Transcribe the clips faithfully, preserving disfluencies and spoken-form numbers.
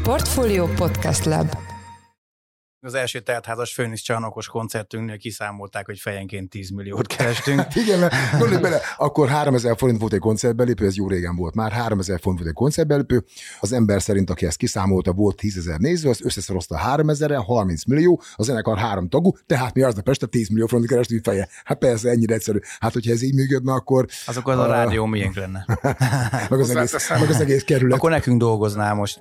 Portfolio Podcast Lab. Az első teltházas Főnisz csarnokos koncertünknél kiszámolták, hogy fejenként tíz milliót kerestünk. Igen, gondolj bele, akkor háromezer forint volt egy koncertbelépő, ez jó régen volt már, háromezer forint volt egy koncertbelépő, az ember szerint, aki ezt kiszámolta, volt tízezer néző, az összeszorozta háromezerre, harminc millió, a zenekar három tagú, tehát mi aznap este tíz millió forintot kerestünk feje. Hát persze, ennyire egyszerű. Hát, hogyha ez így működne, akkor... Azok az a, a rádió miénk lenne. meg, az egész, meg az egész kerület. Akkor nekünk dolgoznál most.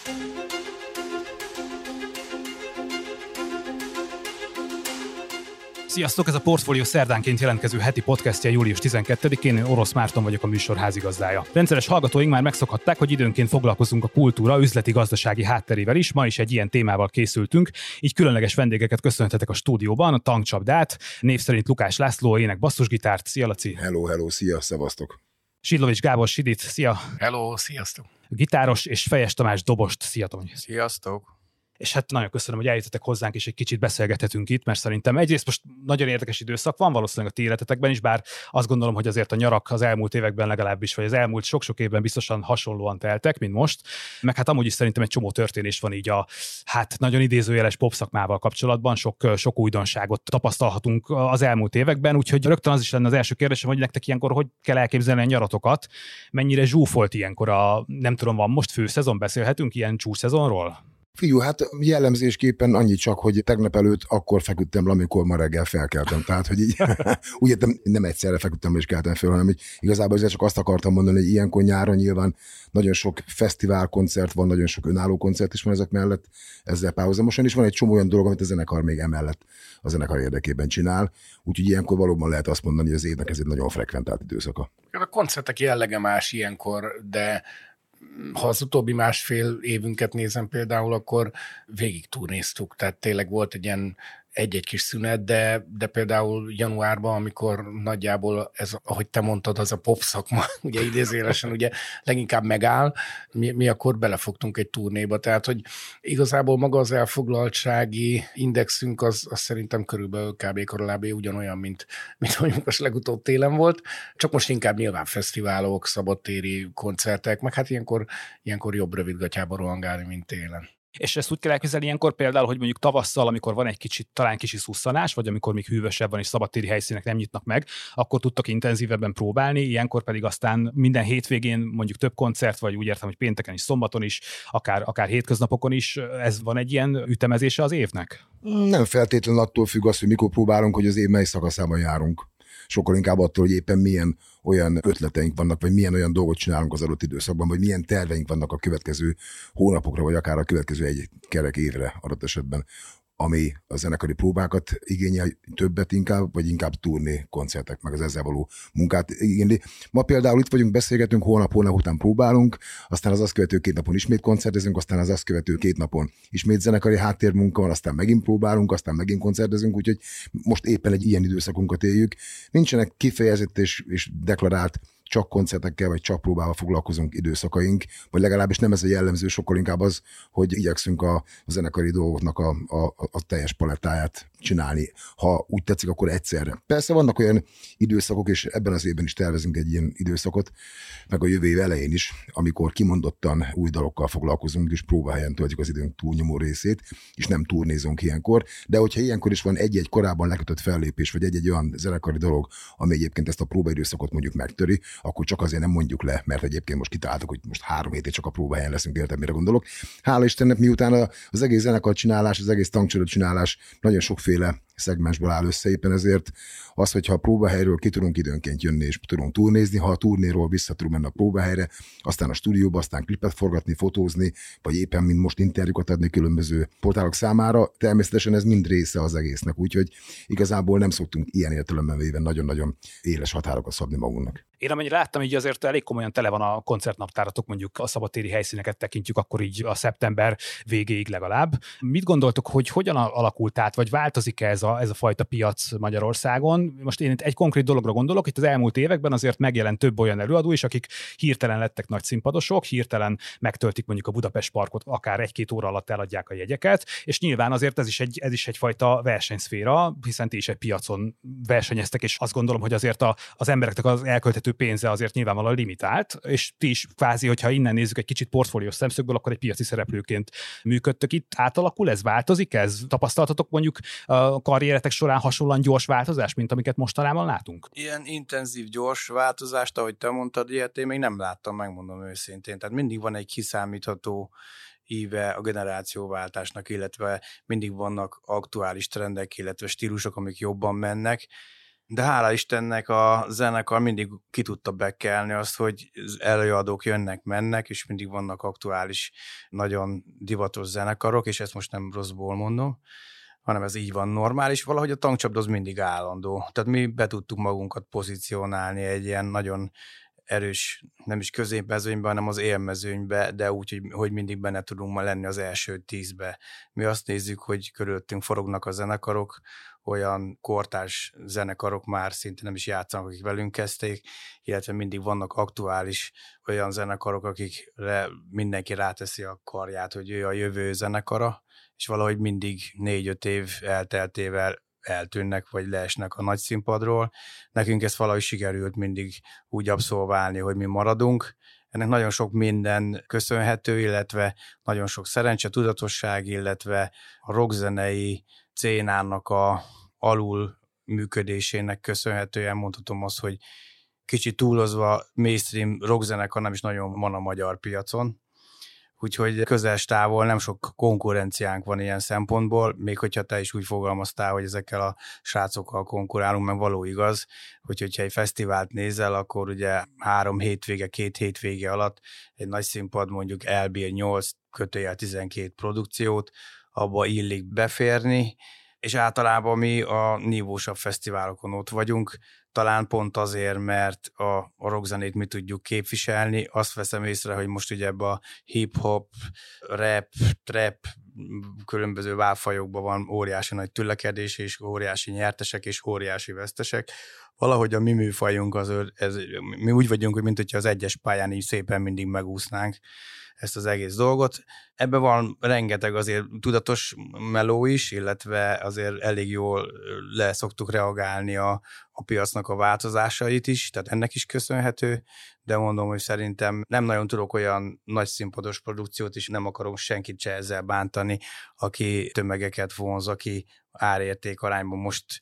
Sziasztok, ez a Portfolio szerdánként jelentkező heti podcastja július tizenkettedikén, én Orosz Márton vagyok, a műsor házigazdája. Rendszeres hallgatóink már megszokhatták, hogy időnként foglalkozunk a kultúra üzleti-gazdasági hátterével is, ma is egy ilyen témával készültünk, így különleges vendégeket köszönhetek a stúdióban, a tankcsapdát, név szerint Lukás László, ének basszusgitárt, szia Laci! Hello, hello, szia, szevasztok! Sidlovics Gábor Sidit, szia! Hello, sziasztok! Gitáros és Fejes Tamás dobost, szia Tomi! Sziasztok! És hát nagyon köszönöm, hogy eljöttetek hozzánk, és egy kicsit beszélgethetünk itt, mert szerintem egyrészt most nagyon érdekes időszak van, valószínűleg a ti életetekben is, bár azt gondolom, hogy azért a nyarak az elmúlt években legalábbis, vagy az elmúlt sok-sok évben biztosan hasonlóan teltek, mint most. Meg hát amúgy is szerintem egy csomó történés van így a hát nagyon idézőjeles popszakmával kapcsolatban, sok, sok újdonságot tapasztalhatunk az elmúlt években, úgyhogy rögtön az is lenne az első kérdésem, hogy nektek ilyenkor hogy kell elképzelni a nyaratokat, mennyire zsúfolt ilyenkor a, nem tudom, van most főszezon, beszélhetünk ilyen csúszezonról? Figyú, hát jellemzésképpen annyi csak, hogy tegnap előtt akkor feküdtem le, amikor ma reggel felkeltem. Tehát, hogy így úgy értem, nem egyszerre feküdtem le és keltem fel, hanem hogy igazából azért csak azt akartam mondani, hogy ilyenkor nyáron nyilván nagyon sok fesztiválkoncert van, nagyon sok önálló koncert is van ezek mellett, ezzel párhuzamosan is van egy csomó olyan dolog, amit a zenekar még emellett a zenekar érdekében csinál. Úgyhogy ilyenkor valóban lehet azt mondani, hogy az évnek ez egy nagyon frekventált időszaka. A koncertek jellege más ilyenkor, de ha az utóbbi másfél évünket nézem például, akkor végig turnéztuk, tehát tényleg volt egy ilyen egy-egy kis szünet, de, de például januárban, amikor nagyjából ez, ahogy te mondtad, az a pop szakma, ugye idézőjelesen ugye leginkább megáll, mi, mi akkor belefogtunk egy turnéba, tehát hogy igazából maga az elfoglaltsági indexünk az, az szerintem körülbelül kb. Korábbi ugyanolyan, mint, mint mondjuk most legutóbb télen volt, csak most inkább nyilván fesztiválok, szabadtéri koncertek, meg hát ilyenkor, ilyenkor jobb rövidgatjában rohangálni, mint télen. És ezt úgy kell elképzelni ilyenkor például, hogy mondjuk tavasszal, amikor van egy kicsit, talán kicsi szusszanás, vagy amikor még hűvösebb van és szabadtéri helyszínek nem nyitnak meg, akkor tudtak intenzívebben próbálni, ilyenkor pedig aztán minden hétvégén mondjuk több koncert, vagy úgy értem, hogy pénteken is, szombaton is, akár, akár hétköznapokon is, ez van egy ilyen ütemezése az évnek? Nem feltétlenül attól függ az, hogy mikor próbálunk, hogy az év mely szakaszában járunk. Sokkal inkább attól, hogy éppen milyen olyan ötleteink vannak, vagy milyen olyan dolgot csinálunk az adott időszakban, vagy milyen terveink vannak a következő hónapokra, vagy akár a következő egy kerek évre adott esetben, ami a zenekari próbákat igényel többet inkább, vagy inkább turné koncertek, meg az ezzel való munkát igényli. Ma például itt vagyunk, beszélgetünk, holnap, holnap után próbálunk, aztán az azt követő két napon ismét koncertezünk, aztán az azt követő két napon ismét zenekari háttérmunka van, aztán megint próbálunk, aztán megint koncertezünk, úgyhogy most éppen egy ilyen időszakunkat éljük. Nincsenek kifejezett és, és deklarált csak koncertekkel, vagy csak próbával foglalkozunk időszakaink, vagy legalábbis nem ez a jellemző, sokkal inkább az, hogy igyekszünk a, a zenekari dolgoknak a, a, a teljes palettáját csinálni. Ha úgy tetszik, akkor egyszerre. Persze vannak olyan időszakok, és ebben az évben is tervezünk egy ilyen időszakot, meg a jövő év elején is, amikor kimondottan új dalokkal foglalkozunk, és próbahelyen töltjük az időnk túlnyomó részét, és nem turnézunk ilyenkor. De hogyha ilyenkor is van egy-egy korábban lekötött fellépés, vagy egy-egy olyan zenekari dolog, ami egyébként ezt a próbaidőszakot mondjuk megtöri, akkor csak azért nem mondjuk le, mert egyébként most kitaláltuk, hogy most három hétig csak a próbahelyen leszünk, érted, mire gondolok. Hála Istennek, miután az egész zenekar csinálás, az egész tankcsapda csinálás nagyon sokféle szegmensből áll össze, éppen ezért az, hogyha a próbahelyről ki tudunk időnként jönni, és tudunk turnézni, ha a turnéról vissza tudunk menni a próbahelyre, aztán a stúdióba, aztán klipet forgatni, fotózni, vagy éppen mint most interjúkat adni különböző portálok számára, természetesen ez mind része az egésznek, úgyhogy igazából nem szoktunk ilyen értelemben véve nagyon-nagyon éles határokat szabni magunknak. Én amennyire láttam, így azért elég komolyan tele van a koncertnaptáratok, mondjuk a szabadtéri helyszíneket tekintjük, akkor így a szeptember végéig legalább. Mit gondoltok, hogy hogyan alakult át, vagy változik ez a, ez a fajta piac Magyarországon? Most én itt egy konkrét dologra gondolok, itt az elmúlt években azért megjelent több olyan előadó is, akik hirtelen lettek nagy színpadosok, hirtelen megtöltik mondjuk a Budapest Parkot, akár egy-két óra alatt eladják a jegyeket, és nyilván azért ez is egy, ez is egyfajta versenyszféra, hiszen ti is egy piacon versenyeztek, és azt gondolom, hogy azért a, az embereknek az elkölthető ő pénze azért nyilvánvalóan limitált, és ti is kvázi, hogyha innen nézzük egy kicsit portfóliós szemszögből, akkor egy piaci szereplőként működtök itt. Átalakul ez, változik ez? Tapasztaltatok mondjuk a karrieretek során hasonlóan gyors változás, mint amiket mostanában látunk? Ilyen intenzív, gyors változást, ahogy te mondtad, ilyet én még nem láttam, megmondom őszintén. Tehát mindig van egy kiszámítható íve a generációváltásnak, illetve mindig vannak aktuális trendek, illetve stílusok, amik jobban mennek. De hála Istennek a zenekar mindig ki tudta bekelni azt, hogy előadók jönnek, mennek, és mindig vannak aktuális, nagyon divatos zenekarok, és ezt most nem rosszból mondom, hanem ez így van normális. Valahogy a tankcsapda az mindig állandó. Tehát mi be tudtuk magunkat pozícionálni egy ilyen nagyon erős, nem is középmezőnybe, hanem az élmezőnybe, de úgy, hogy, hogy mindig benne tudunk ma lenni az első tízbe. Mi azt nézzük, hogy körülöttünk forognak a zenekarok, olyan kortárs zenekarok már szinte nem is játszanak, akik velünk kezdték, illetve mindig vannak aktuális olyan zenekarok, akikre mindenki ráteszi a karját, hogy ő a jövő zenekara, és valahogy mindig négy-öt év elteltével eltűnnek, vagy leesnek a nagy színpadról. Nekünk ez valahogy sikerült mindig úgy abszolválni, hogy mi maradunk. Ennek nagyon sok minden köszönhető, illetve nagyon sok szerencse, tudatosság, illetve a rockzenei szénának a alul működésének köszönhetően mondhatom azt, hogy kicsit túlozva mainstream rockzenekar nem is nagyon van a magyar piacon. Úgyhogy közeles távol nem sok konkurenciánk van ilyen szempontból, még hogyha te is úgy fogalmaztál, hogy ezekkel a srácokkal konkurálunk, meg való igaz, hogy hogyha egy fesztivált nézel, akkor ugye három hétvége, két hétvége alatt egy nagy színpad mondjuk elbír nyolc kötőjel tizenkét produkciót, abba illik beférni, és általában mi a nívósabb fesztiválokon ott vagyunk, talán pont azért, mert a, a rockzenét mi tudjuk képviselni. Azt veszem észre, hogy most ugye ebben a hip-hop, rap, trap, különböző válfajokban van óriási nagy tülekedés, és óriási nyertesek, és óriási vesztesek. Valahogy a mi műfajunk, az, ez, mi úgy vagyunk, hogy mint hogyha az egyes pályán így szépen mindig megúsznánk ezt az egész dolgot. Ebben van rengeteg azért tudatos meló is, illetve azért elég jól le szoktuk reagálni a, a piacnak a változásait is, tehát ennek is köszönhető, de mondom, hogy szerintem nem nagyon tudok olyan nagy színpados produkciót, és nem akarok senkit se ezzel bántani, aki tömegeket vonz, aki árérték arányban most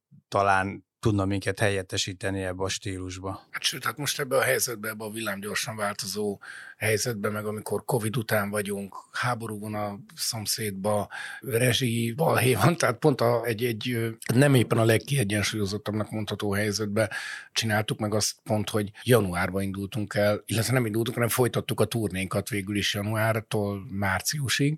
talán tudna minket helyettesíteni ebbe a stílusba. Hát sőt, hát most ebbe a helyzetbe, ebbe a villámgyorsan változó helyzetbe, meg amikor Covid után vagyunk, háború van a szomszédba, rezsi balhé van, tehát pont a, egy, egy nem éppen a legkiegyensúlyozottabbnak mondható helyzetbe csináltuk meg azt pont, hogy januárban indultunk el, illetve nem indultunk, hanem folytattuk a turnénkat végül is januártól márciusig,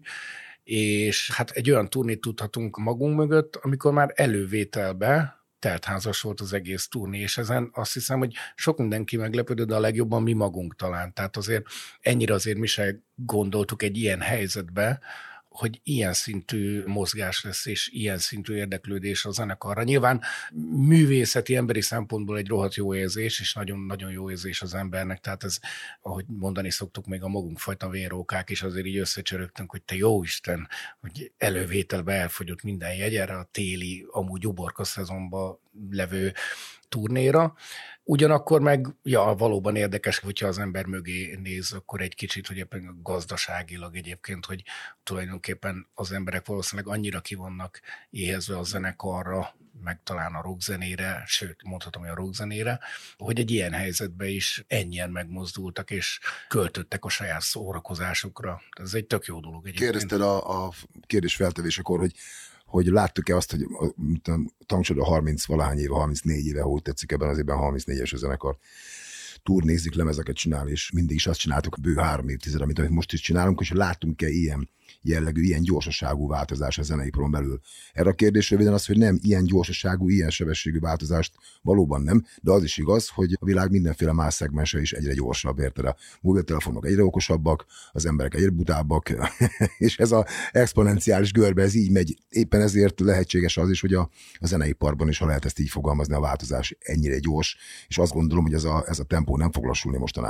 és hát egy olyan turnét tudhatunk magunk mögött, amikor már elővételbe teltházas volt az egész turné, és ezen azt hiszem, hogy sok mindenki meglepődött, de a legjobban mi magunk talán. Tehát azért ennyire azért mi se gondoltuk egy ilyen helyzetbe, hogy ilyen szintű mozgás lesz, és ilyen szintű érdeklődés a zenekarra. Nyilván művészeti, emberi szempontból egy rohadt jó érzés, és nagyon-nagyon jó érzés az embernek, tehát ez, ahogy mondani szoktuk, még a magunk fajta vénrókák is azért így összecsörögtünk, hogy te jó Isten, hogy elővételbe elfogyott minden jegy erre a téli, amúgy uborka szezonban levő turnéra. Ugyanakkor meg, ja, valóban érdekes, hogyha az ember mögé néz, akkor egy kicsit, hogy éppen gazdaságilag egyébként, hogy tulajdonképpen az emberek valószínűleg annyira ki vannak éhezve a zenekarra, meg talán a rockzenére, sőt, mondhatom, hogy a rockzenére, hogy egy ilyen helyzetben is ennyien megmozdultak, és költöttek a saját szórakozásukra. Ez egy tök jó dolog egyébként. Kérdezted a, a kérdés feltevésekor, hogy hogy láttuk-e azt, hogy a Tankcsapda harminc-valahány éve, harmincnégy éve, hogy tetszik ebben az évben harmincnégyes a zenekar. Turnézik, lemezeket csinál, és mindig is azt csináltuk bő három évtized, amit most is csinálunk, és láttunk-e ilyen jellegű, ilyen gyorsaságú változás a zeneiparon belül. Erre a kérdés röviden az, hogy nem ilyen gyorsaságú, ilyen sebességű változást valóban nem, de az is igaz, hogy a világ mindenféle más szegmense is egyre gyorsabb, érted? A mobiltelefonok egyre okosabbak, az emberek egyre butábbak, és ez az exponenciális görbe, ez így megy. Éppen ezért lehetséges az is, hogy a, a zeneiparban is, ha lehet ezt így fogalmazni, a változás ennyire gyors, és azt gondolom, hogy ez a, ez a tempó nem fog lassulni mostanában.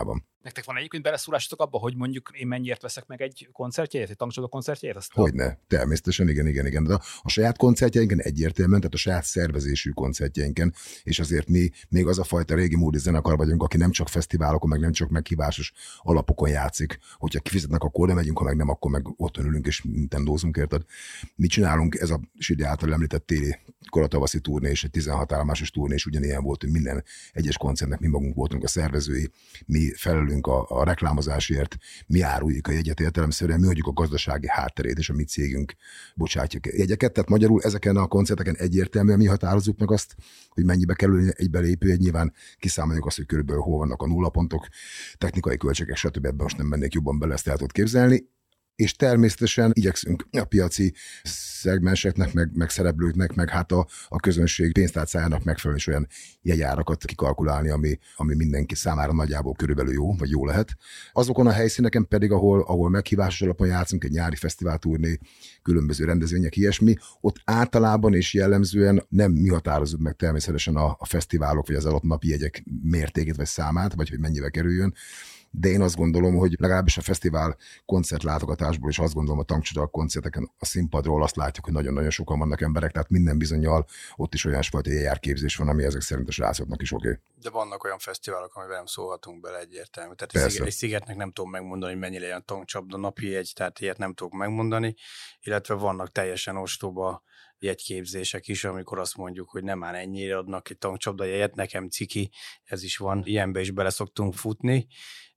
Nektek van egyébként beleszólásotok abba, hogy mondjuk én mennyiért veszek meg egy koncertjét, egy tankcsapda koncertjét? Azt Hogyne, természetesen, igen, igen, igen. De a, a saját koncertjeinken egyértelműen, tehát a saját szervezésű koncertjeinken, és azért mi még az a fajta régi módi zenekar vagyunk, aki nem csak fesztiválokon, meg nem csak meghívásos alapokon játszik. Hogyha kifizetnek, akkor nem megyünk, ha meg nem, akkor meg ott ülünk és nintendózunk, érted? Mi csinálunk, ez a Sidi által említett téli koratavaszi turné és egy tizenhat állomásos turné is ugyanilyen volt, hogy minden egyes koncertnek mi magunk voltunk a szervezői, mi felelünk a, a reklámozásért, mi áruljuk a jegyet értelemszerűen, mi adjuk a gazdasági hátterét, és a mi cégünk bocsátjuk jegyeket. Tehát magyarul ezeken a koncerteken egyértelműen mi határozzuk meg azt, hogy mennyibe kerül egy belépő, egy nyilván kiszámoljuk azt, hogy körülbelül hol vannak a nullapontok, technikai költségek, stb. Ebben most nem mennék jobban bele, ezt el tudod képzelni. És természetesen igyekszünk a piaci szegmenseknek, meg, meg szereplőknek, meg hát a, a közönség pénztárcájának megfelelően is olyan jegyárakat kikalkulálni, ami, ami mindenki számára nagyjából körülbelül jó, vagy jó lehet. Azokon a helyszíneken pedig, ahol, ahol meghívásos alapon játszunk, egy nyári fesztiválturné, különböző rendezvények, ilyesmi, ott általában és jellemzően nem mi határozzuk meg természetesen a, a fesztiválok, vagy az adott napi jegyek mértékét, vagy számát, vagy hogy mennyibe kerüljön. De én azt gondolom, hogy legalábbis a fesztivál koncertlátogatásból is azt gondolom, a tankcsapda koncerteken a színpadról azt látjuk, hogy nagyon-nagyon sokan vannak emberek, tehát minden bizonnyal ott is olyan fajta járképzés van, ami ezek szerint a srácoknak is oké. Okay. De vannak olyan fesztiválok, amiben nem szólhatunk bele egyértelmű. Tehát egy, egy szigetnek nem tudom megmondani, hogy mennyi legyen a tankcsapda napi jegy, tehát ilyet nem tudok megmondani, illetve vannak teljesen ostoba jegyképzések is, amikor azt mondjuk, hogy nem már ennyire adnak egy tankcsapda jegyet, nekem ciki, ez is van, ilyenbe is bele szoktunk futni,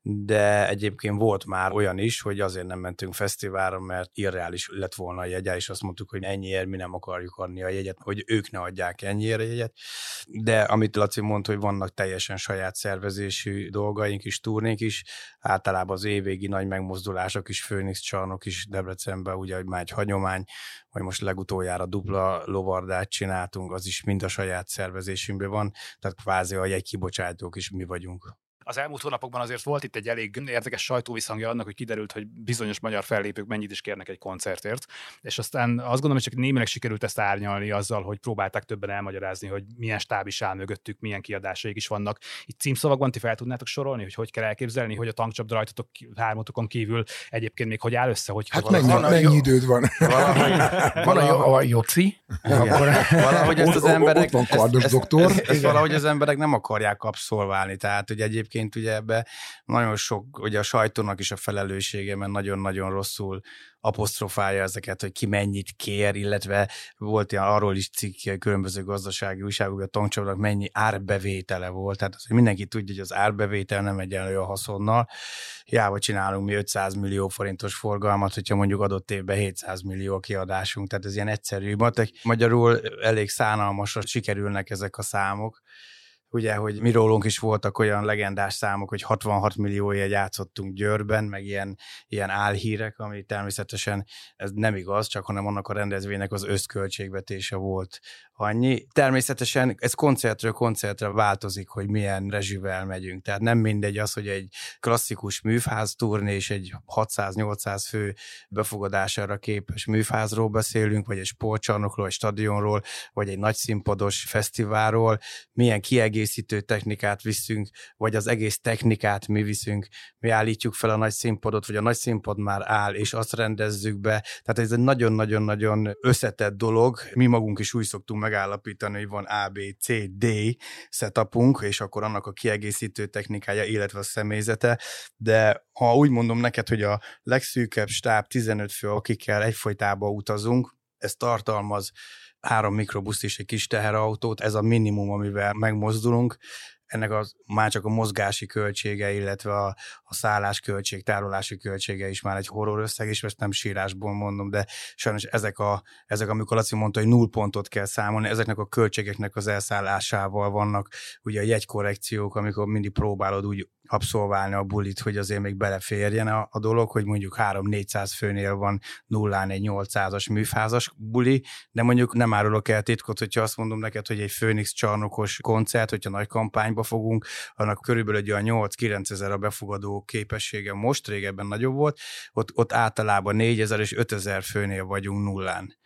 de egyébként volt már olyan is, hogy azért nem mentünk fesztiválra, mert irreális lett volna a jegyel, és azt mondtuk, hogy ennyiért mi nem akarjuk adni a jegyet, hogy ők ne adják ennyire a jegyet. De amit Laci mondta, hogy vannak teljesen saját szervezésű dolgaink is, turnénk is, általában az évvégi nagy megmozdulások is, Főnix csarnok is Debrecenben, ugye, hogy már egy hagyomány, vagy most legutoljára dupla lovardát csináltunk, az is mind a saját szervezésünkben van, tehát kvázi a jegykibocsátók is mi vagyunk. Az elmúlt hónapokban azért volt itt egy elég érdekes sajtóviszhangja annak, hogy kiderült, hogy bizonyos magyar fellépők mennyit is kérnek egy koncertért, és aztán azt gondolom, hogy csak némileg sikerült ezt árnyalni azzal, hogy próbálták többen elmagyarázni, hogy milyen stáb is áll mögöttük, milyen kiadásaik is vannak. Itt címszavakban ti fel tudnátok sorolni, hogy hogy kell elképzelni, hogy a tankcsapda rajtatok hármatokon kívül egyébként még hogy áll össze, hogy hát mennyi, van, mennyi időd van? Valahogy, van a, a Joci, akkor valahogy ezt az emberek, ott van kardos ezt, doktor. Ezt, ezt, ezt valahogy az emberek nem akarják abszolválni, tehát ugye egyébként ugye ebbe nagyon sok, ugye a sajtónak is a felelőssége, mert nagyon-nagyon rosszul apostrofálja ezeket, hogy ki mennyit kér, illetve volt ilyen arról is cikk különböző gazdasági újságokban, a tankcsapdának mennyi árbevétele volt. Tehát az, hogy mindenki tudja, hogy az árbevétel nem egyenlő a haszonnal. Hiába csinálunk mi ötszáz millió forintos forgalmat, hogyha mondjuk adott évben hétszáz millió a kiadásunk. Tehát ez ilyen egyszerű matek. Magyarul elég szánalmasra sikerülnek ezek a számok. Ugye, hogy mi rólunk is voltak olyan legendás számok, hogy hatvanhat millióért játszottunk Győrben, meg ilyen, ilyen álhírek, ami természetesen ez nem igaz, csak hanem annak a rendezvénynek az összköltségvetése volt annyi. Természetesen ez koncertről koncertre változik, hogy milyen rezsivel megyünk. Tehát nem mindegy az, hogy egy klasszikus műfáz turné és egy hatszáz-nyolcszáz fő befogadására képes műfázról beszélünk, vagy egy sportcsarnokról, egy stadionról, vagy egy nagyszínpados fesztiválról, milyen kiegészítő technikát viszünk, vagy az egész technikát mi viszünk, mi állítjuk fel a nagy színpadot, vagy a nagy színpad már áll, és azt rendezzük be. Tehát ez egy nagyon-nagyon-nagyon összetett dolog. Mi magunk is úgy szoktunk megállapítani, hogy van A, B, C, D setupunk, és akkor annak a kiegészítő technikája, illetve a személyzete, de ha úgy mondom neked, hogy a legszűkebb stáb tizenöt fő, akikkel egyfolytában utazunk, ez tartalmaz három mikrobuszt és egy kis teherautót, ez a minimum, amivel megmozdulunk. Ennek az, már csak a mozgási költsége, illetve a, a szállás költség, tárolási költsége is már egy horror összeg, és ezt nem sírásból mondom, de sajnos ezek, a, ezek amikor Laci mondta, hogy null pontot kell számolni, ezeknek a költségeknek az elszállásával vannak ugye a jegykorrekciók, amikor mindig próbálod úgy abszolválni a bulit, hogy azért még beleférjen a, a dolog, hogy mondjuk három-négyszáz főnél van nullán egy nyolcszázas műfázas buli, de mondjuk nem árulok el titkot, hogyha azt mondom neked, hogy egy Főnix csarnokos koncert, hogyha nagy kampányba fogunk, annak körülbelül egy olyan nyolc-kilencezer a befogadó képessége, most régebben nagyobb volt, ott, ott általában négyezer és ötezer főnél vagyunk nullán.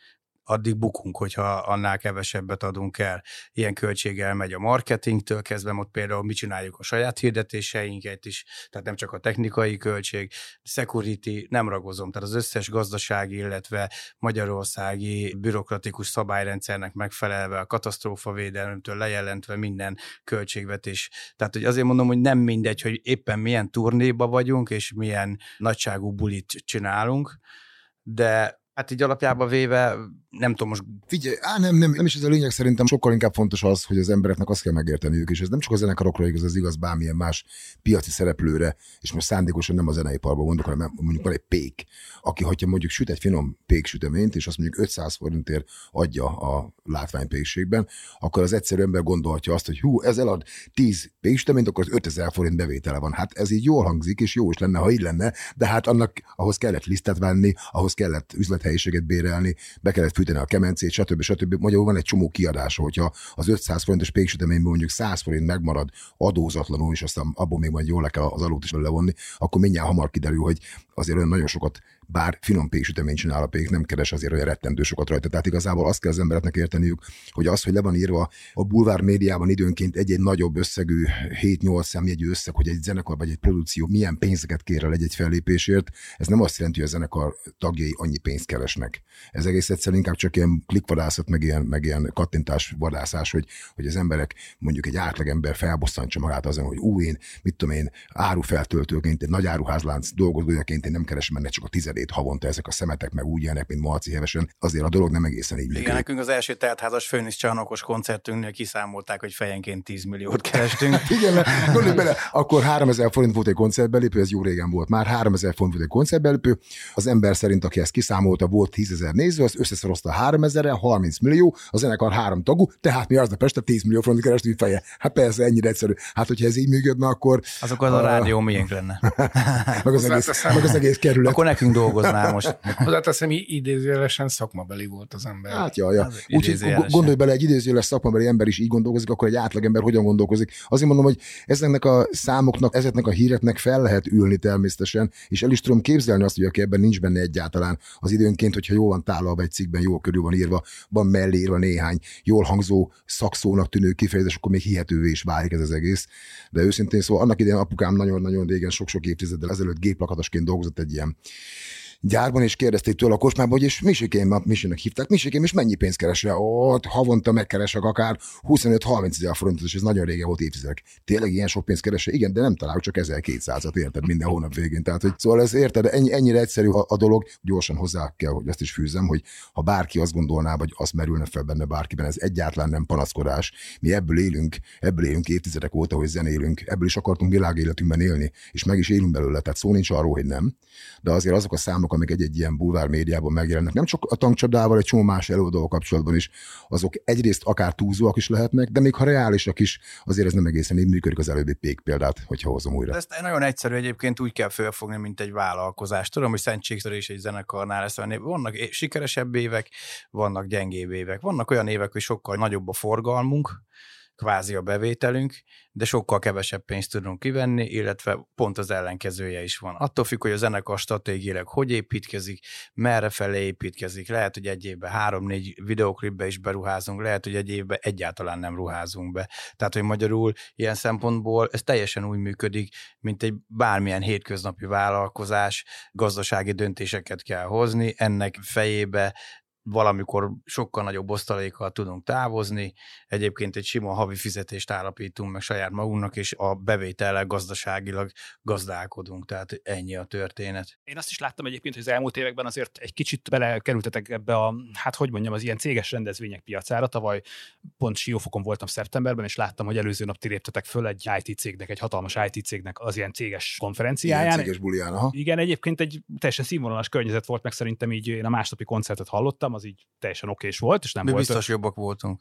addig bukunk, hogyha annál kevesebbet adunk el. Ilyen költséggel megy a marketingtől kezdve, ott például mi csináljuk a saját hirdetéseinket is, tehát nem csak a technikai költség, security, nem ragozom, tehát az összes gazdasági, illetve magyarországi bürokratikus szabályrendszernek megfelelve, a katasztrófavédelemtől lejelentve minden költségvetés. Tehát hogy azért mondom, hogy nem mindegy, hogy éppen milyen turnéba vagyunk, és milyen nagyságú bulit csinálunk, de hát így alapjában véve, nem tudom most... Figyelj, á, nem, nem, nem is ez a lényeg, szerintem sokkal inkább fontos az, hogy az embereknek azt kell megérteniük, és ez nem csak a zenekarokra igaz, az igaz bármilyen más piaci szereplőre, és most szándékosan nem a zeneiparban mondok, hanem mondjuk van egy pék, aki, hogyha mondjuk süt egy finom péksüteményt, és azt mondjuk ötszáz forintért adja a látványpékségben, akkor az egyszerű ember gondolhatja azt, hogy hú, ez elad tíz péksüteményt, akkor az ötezer forint bevétele van. Hát ez így jól hangzik, és jó is lenne, ha így lenne, de hát annak ahhoz kellett lisztet venni, ahhoz kellett üzlethelyiséget bérelni, be kellett fűteni a kemencét, stb. stb. Magyarul van egy csomó kiadása, hogyha az ötszáz forintos péksüteményből mondjuk száz forint megmarad adózatlanul, és aztán abból még majd jól le kell az alót is levonni, akkor mindjárt hamar kiderül, hogy azért olyan nagyon sokat, bár finom péksüteményt csinál a pék, nem keres azért olyan rettentő sokat rajta. Tehát igazából azt kell az embereknek érteniük, hogy az, hogy le van írva a bulvár médiában időnként egy-egy nagyobb összegű hét-nyolc számjegyű összeg, hogy egy zenekar vagy egy produkció milyen pénzeket kér el egy-egy fellépésért, ez nem azt jelenti, hogy a zenekar tagjai annyi pénzt keresnek. Ez egész egyszerűen inkább csak ilyen klikvadászat, meg ilyen, meg ilyen kattintás vadászás, hogy, hogy az emberek, mondjuk egy átlagember felbosszantsa magát azon, hogy ú, én, mit tudom én, árufeltöltőként, egy nagy áruházlánc dolgozójaként én nem keresem ennek csak a tizedét havonta ezek a szemetek, meg úgy ilyenek, mint Marci Hevesen. Azért a dolog nem egészen így működik. Igen, nekünk az első teltházas főnisz csarnokos koncertünknél kiszámolták, hogy fejenként tíz milliót kerestünk. Igen, gondolj bele, akkor háromezer forint volt egy koncertbelépő, ez jó régen volt. Már háromezer forint volt egy koncertbelépő. Az ember szerint, aki ezt kiszámolta, volt tízezer néző, az összeszorozta háromezerre, harminc millió, a zenekar három tagú, tehát mi aznap este tíz millió forint kerestünk feje. Hát persze, ennyire egyszerű. Hát, hogyha ez így működne, akkor... Azok az a, a rádió miénk lenne. meg, az egész, meg az egész kerület. Akkor nekünk dolgoznál most. Hozzáteszem, idézőjelesen szakmabeli volt az ember. Hát jaj, ja. Úgyhogy gondolj bele, egy idézőjeles szakmabeli ember is így gondolkozik, akkor egy átlagember hogyan gondolkozik. Azért mondom, hogy ezeknek a számoknak, ezeknek a híreknek fel lehet ülni természetesen, és el is tudom képzelni azt, hogy aki ebben nincs benne egyáltalán az időnként, hogyha jól van tálalva egy cikkben, jól körül van írva, van mellé írva néhány jól hangzó szakszónak tűnő kifejezés, akkor még hihetővé is válik ez az egész. De őszintén szóval annak idején apukám nagyon-nagyon régen, sok-sok évtizeddel ezelőtt géplakatosként dolgozott egy ilyen gyárban, és kérdezték tőle a kocsmában, hogy és Misikém, Misinek hívták, Misikém, és mennyi pénzt keresel? Ott havonta megkeresek akár huszonöt-harminc ezer forintot, és ez nagyon régen volt, évtizedek. Tényleg ilyen sok pénzt keresel? Igen, de nem találok csak ezerkétszázat, érted, minden hónap végén. Tehát, hogy szóval ez érted, ennyi, ennyire egyszerű a, a dolog, gyorsan hozzá kell, hogy ezt is fűzzem, hogy ha bárki azt gondolná, vagy azt merülne fel benne bárkiben, ez egyáltalán nem panaszkodás. Mi ebből élünk, ebből élünk évtizedek óta, hogy zenélünk, ebből is akartunk világéletünkben élni, és meg is élünk belőle, tehát szó nincs arról, hogy nem. De azért azok a számok, amik egy-egy ilyen bulvár médiában megjelennek, nem csak a tankcsapdával, egy csomó más előadóval kapcsolatban is, azok egyrészt akár túlzóak is lehetnek, de még ha reálisak is, azért ez nem egészen így működik, az előbbi pék példát, hogyha hozom újra. De ezt nagyon egyszerű egyébként úgy kell felfogni, mint egy vállalkozás. Tudom, hogy szentségtörés egy zenekarnál lesz, vannak sikeresebb évek, vannak gyengébb évek. Vannak olyan évek, hogy sokkal nagyobb a forgalmunk, kvázi a bevételünk, de sokkal kevesebb pénzt tudunk kivenni, illetve pont az ellenkezője is van. Attól függ, hogy a zenekar stratégiailag hogy építkezik, merre felé építkezik, lehet, hogy egy évben három-négy videoklipbe is beruházunk, lehet, hogy egy évben egyáltalán nem ruházunk be. Tehát, hogy magyarul ilyen szempontból ez teljesen úgy működik, mint egy bármilyen hétköznapi vállalkozás, gazdasági döntéseket kell hozni, ennek fejébe valamikor sokkal nagyobb osztalékkal tudunk távozni, egyébként egy sima havi fizetést állapítunk meg saját magunknak, és a bevétellel gazdaságilag gazdálkodunk, tehát ennyi a történet. Én azt is láttam egyébként, hogy az elmúlt években azért egy kicsit belekerültetek ebbe a, hát hogy mondjam, az ilyen céges rendezvények piacára. Tavaly pont Siófokon voltam szeptemberben, és láttam, hogy előző nap ti léptetek föl egy i té cégnek, egy hatalmas i té cégnek az ilyen céges konferenciáján. Ilyen céges bulián, aha. Igen, egyébként egy teljesen színvonalas környezet volt, meg szerintem így én a másnapi koncertet hallottam, az így teljesen okés volt, és nem Mi volt. biztos jobbak voltunk.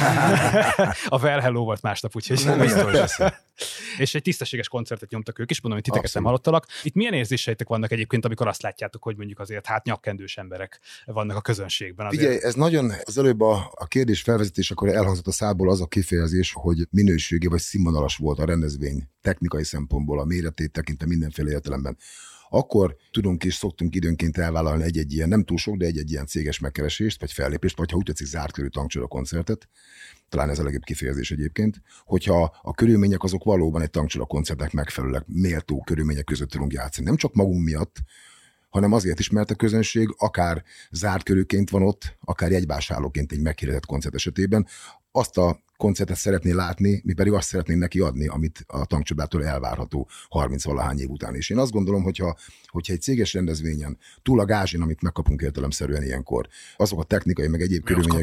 A Well Hello volt másnap, úgyhogy nem biztos. És egy tisztességes koncertet nyomtak ők is, mondom, hogy titeket Abszolút. nem hallottalak. Itt milyen érzéseitek vannak egyébként, amikor azt látjátok, hogy mondjuk azért hát nyakkendős emberek vannak a közönségben? Azért. Figyelj, ez nagyon, az előbb a, a kérdés felvezetésekor elhangzott a szából az a kifejezés, hogy minőségi vagy színvonalas volt a rendezvény technikai szempontból, a méretét tekintve mindenféle értelemben. akkor tudunk és szoktunk időnként elvállalni egy-egy ilyen, nem túl sok, de egy-egy ilyen céges megkeresést, vagy fellépést, vagy ha úgy tetszik, zárt körű tankcsoda koncertet, talán ez a legjobb kifejezés egyébként, hogyha a körülmények azok valóban egy tankcsoda koncertnek megfelelőek, méltó körülmények között tudunk játszani. Nem csak magunk miatt, hanem azért is, mert a közönség akár zárt körülként van ott, akár jegyvásárlóként egy meghirdetett koncert esetében, azt a koncertet szeretné látni, mi pedig azt szeretnénk neki adni, amit a tankcsodától elvárható harminc-valahány év után is. Én azt gondolom, hogyha, hogyha egy céges rendezvényen, túl a gázsin, amit megkapunk értelemszerűen ilyenkor, azok a technikai meg egyéb mi körülmények...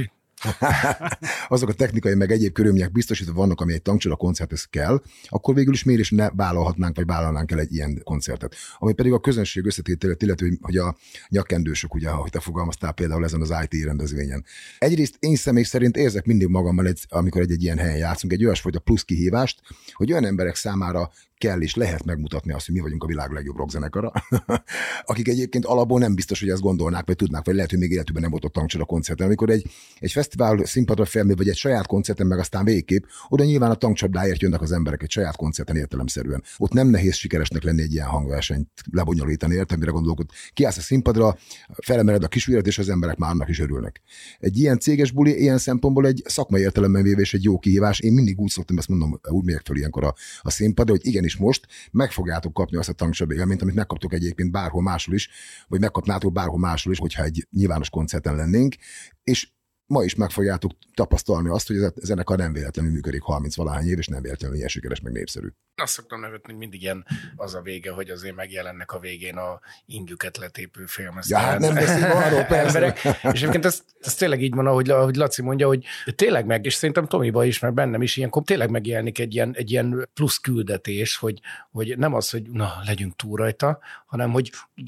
azok a technikai meg egyéb körülmények biztosítva vannak, ami egy tankcsoda koncerthez kell, akkor végül is miért is ne vállalhatnánk, vagy vállalnánk el egy ilyen koncertet. Ami pedig a közönség összetételét, illetve hogy a nyakkendősök, ugye, ahogy te fogalmaztál például ezen az i té rendezvényen. Egyrészt én személy szerint érzek mindig magammal, egy, amikor egy-egy ilyen helyen játszunk, egy olyasfajta plusz kihívást, hogy olyan emberek számára kell és lehet megmutatni azt, hogy mi vagyunk a világ legjobb rockzenekara, akik egyébként alapból nem biztos, hogy ezt gondolnák, vagy tudnák, vagy lehet, hogy még életükben nem volt ott tankcsoda koncerten. Amikor egy, egy fesztivál színpadra felmér, vagy egy saját koncerten, meg aztán végképp, oda nyilván a tankcsapdáért jönnek az emberek egy saját koncerten értelemszerűen. Ott nem nehéz sikeresnek lenni egy ilyen hangversenyt lebonyolítani, értem, mire gondolok, ott kiállsz a színpadra, felemeled a kisület, és az emberek már annak is örülnek. Egy ilyen céges buli ilyen szempontból egy szakmai értelemben véve és egy jó kihívás. Én mindig úgy szoktam, ezt mondom, úgy megyek fel ilyenkor a, a színpadra, hogy igenis most meg fogjátok kapni azt a tankcsapda élményt, amit megkaptok egyébként bárhol máshol is, vagy megkapnátok bárhol máshol is, hogyha egy nyilvános koncerten lennénk, és ma is meg fogjátok tapasztalni azt, hogy ez a zenekar nem véletlenül működik harminc-valahány év, és nem véletlenül ilyen sikeres, meg népszerű. Azt szoktam nevetni, hogy mindig ilyen az a vége, hogy azért megjelennek a végén a ingüket letépő Ja, hát nem beszélj arról, persze. És egyébként ez, ez tényleg így van, ahogy, ahogy Laci mondja, hogy tényleg meg, és szerintem Tomiba is, meg bennem is ilyenkor tényleg megjelenik egy ilyen, egy ilyen plusz küldetés, hogy, hogy nem az, hogy na, legyünk túl rajta, hanem hogy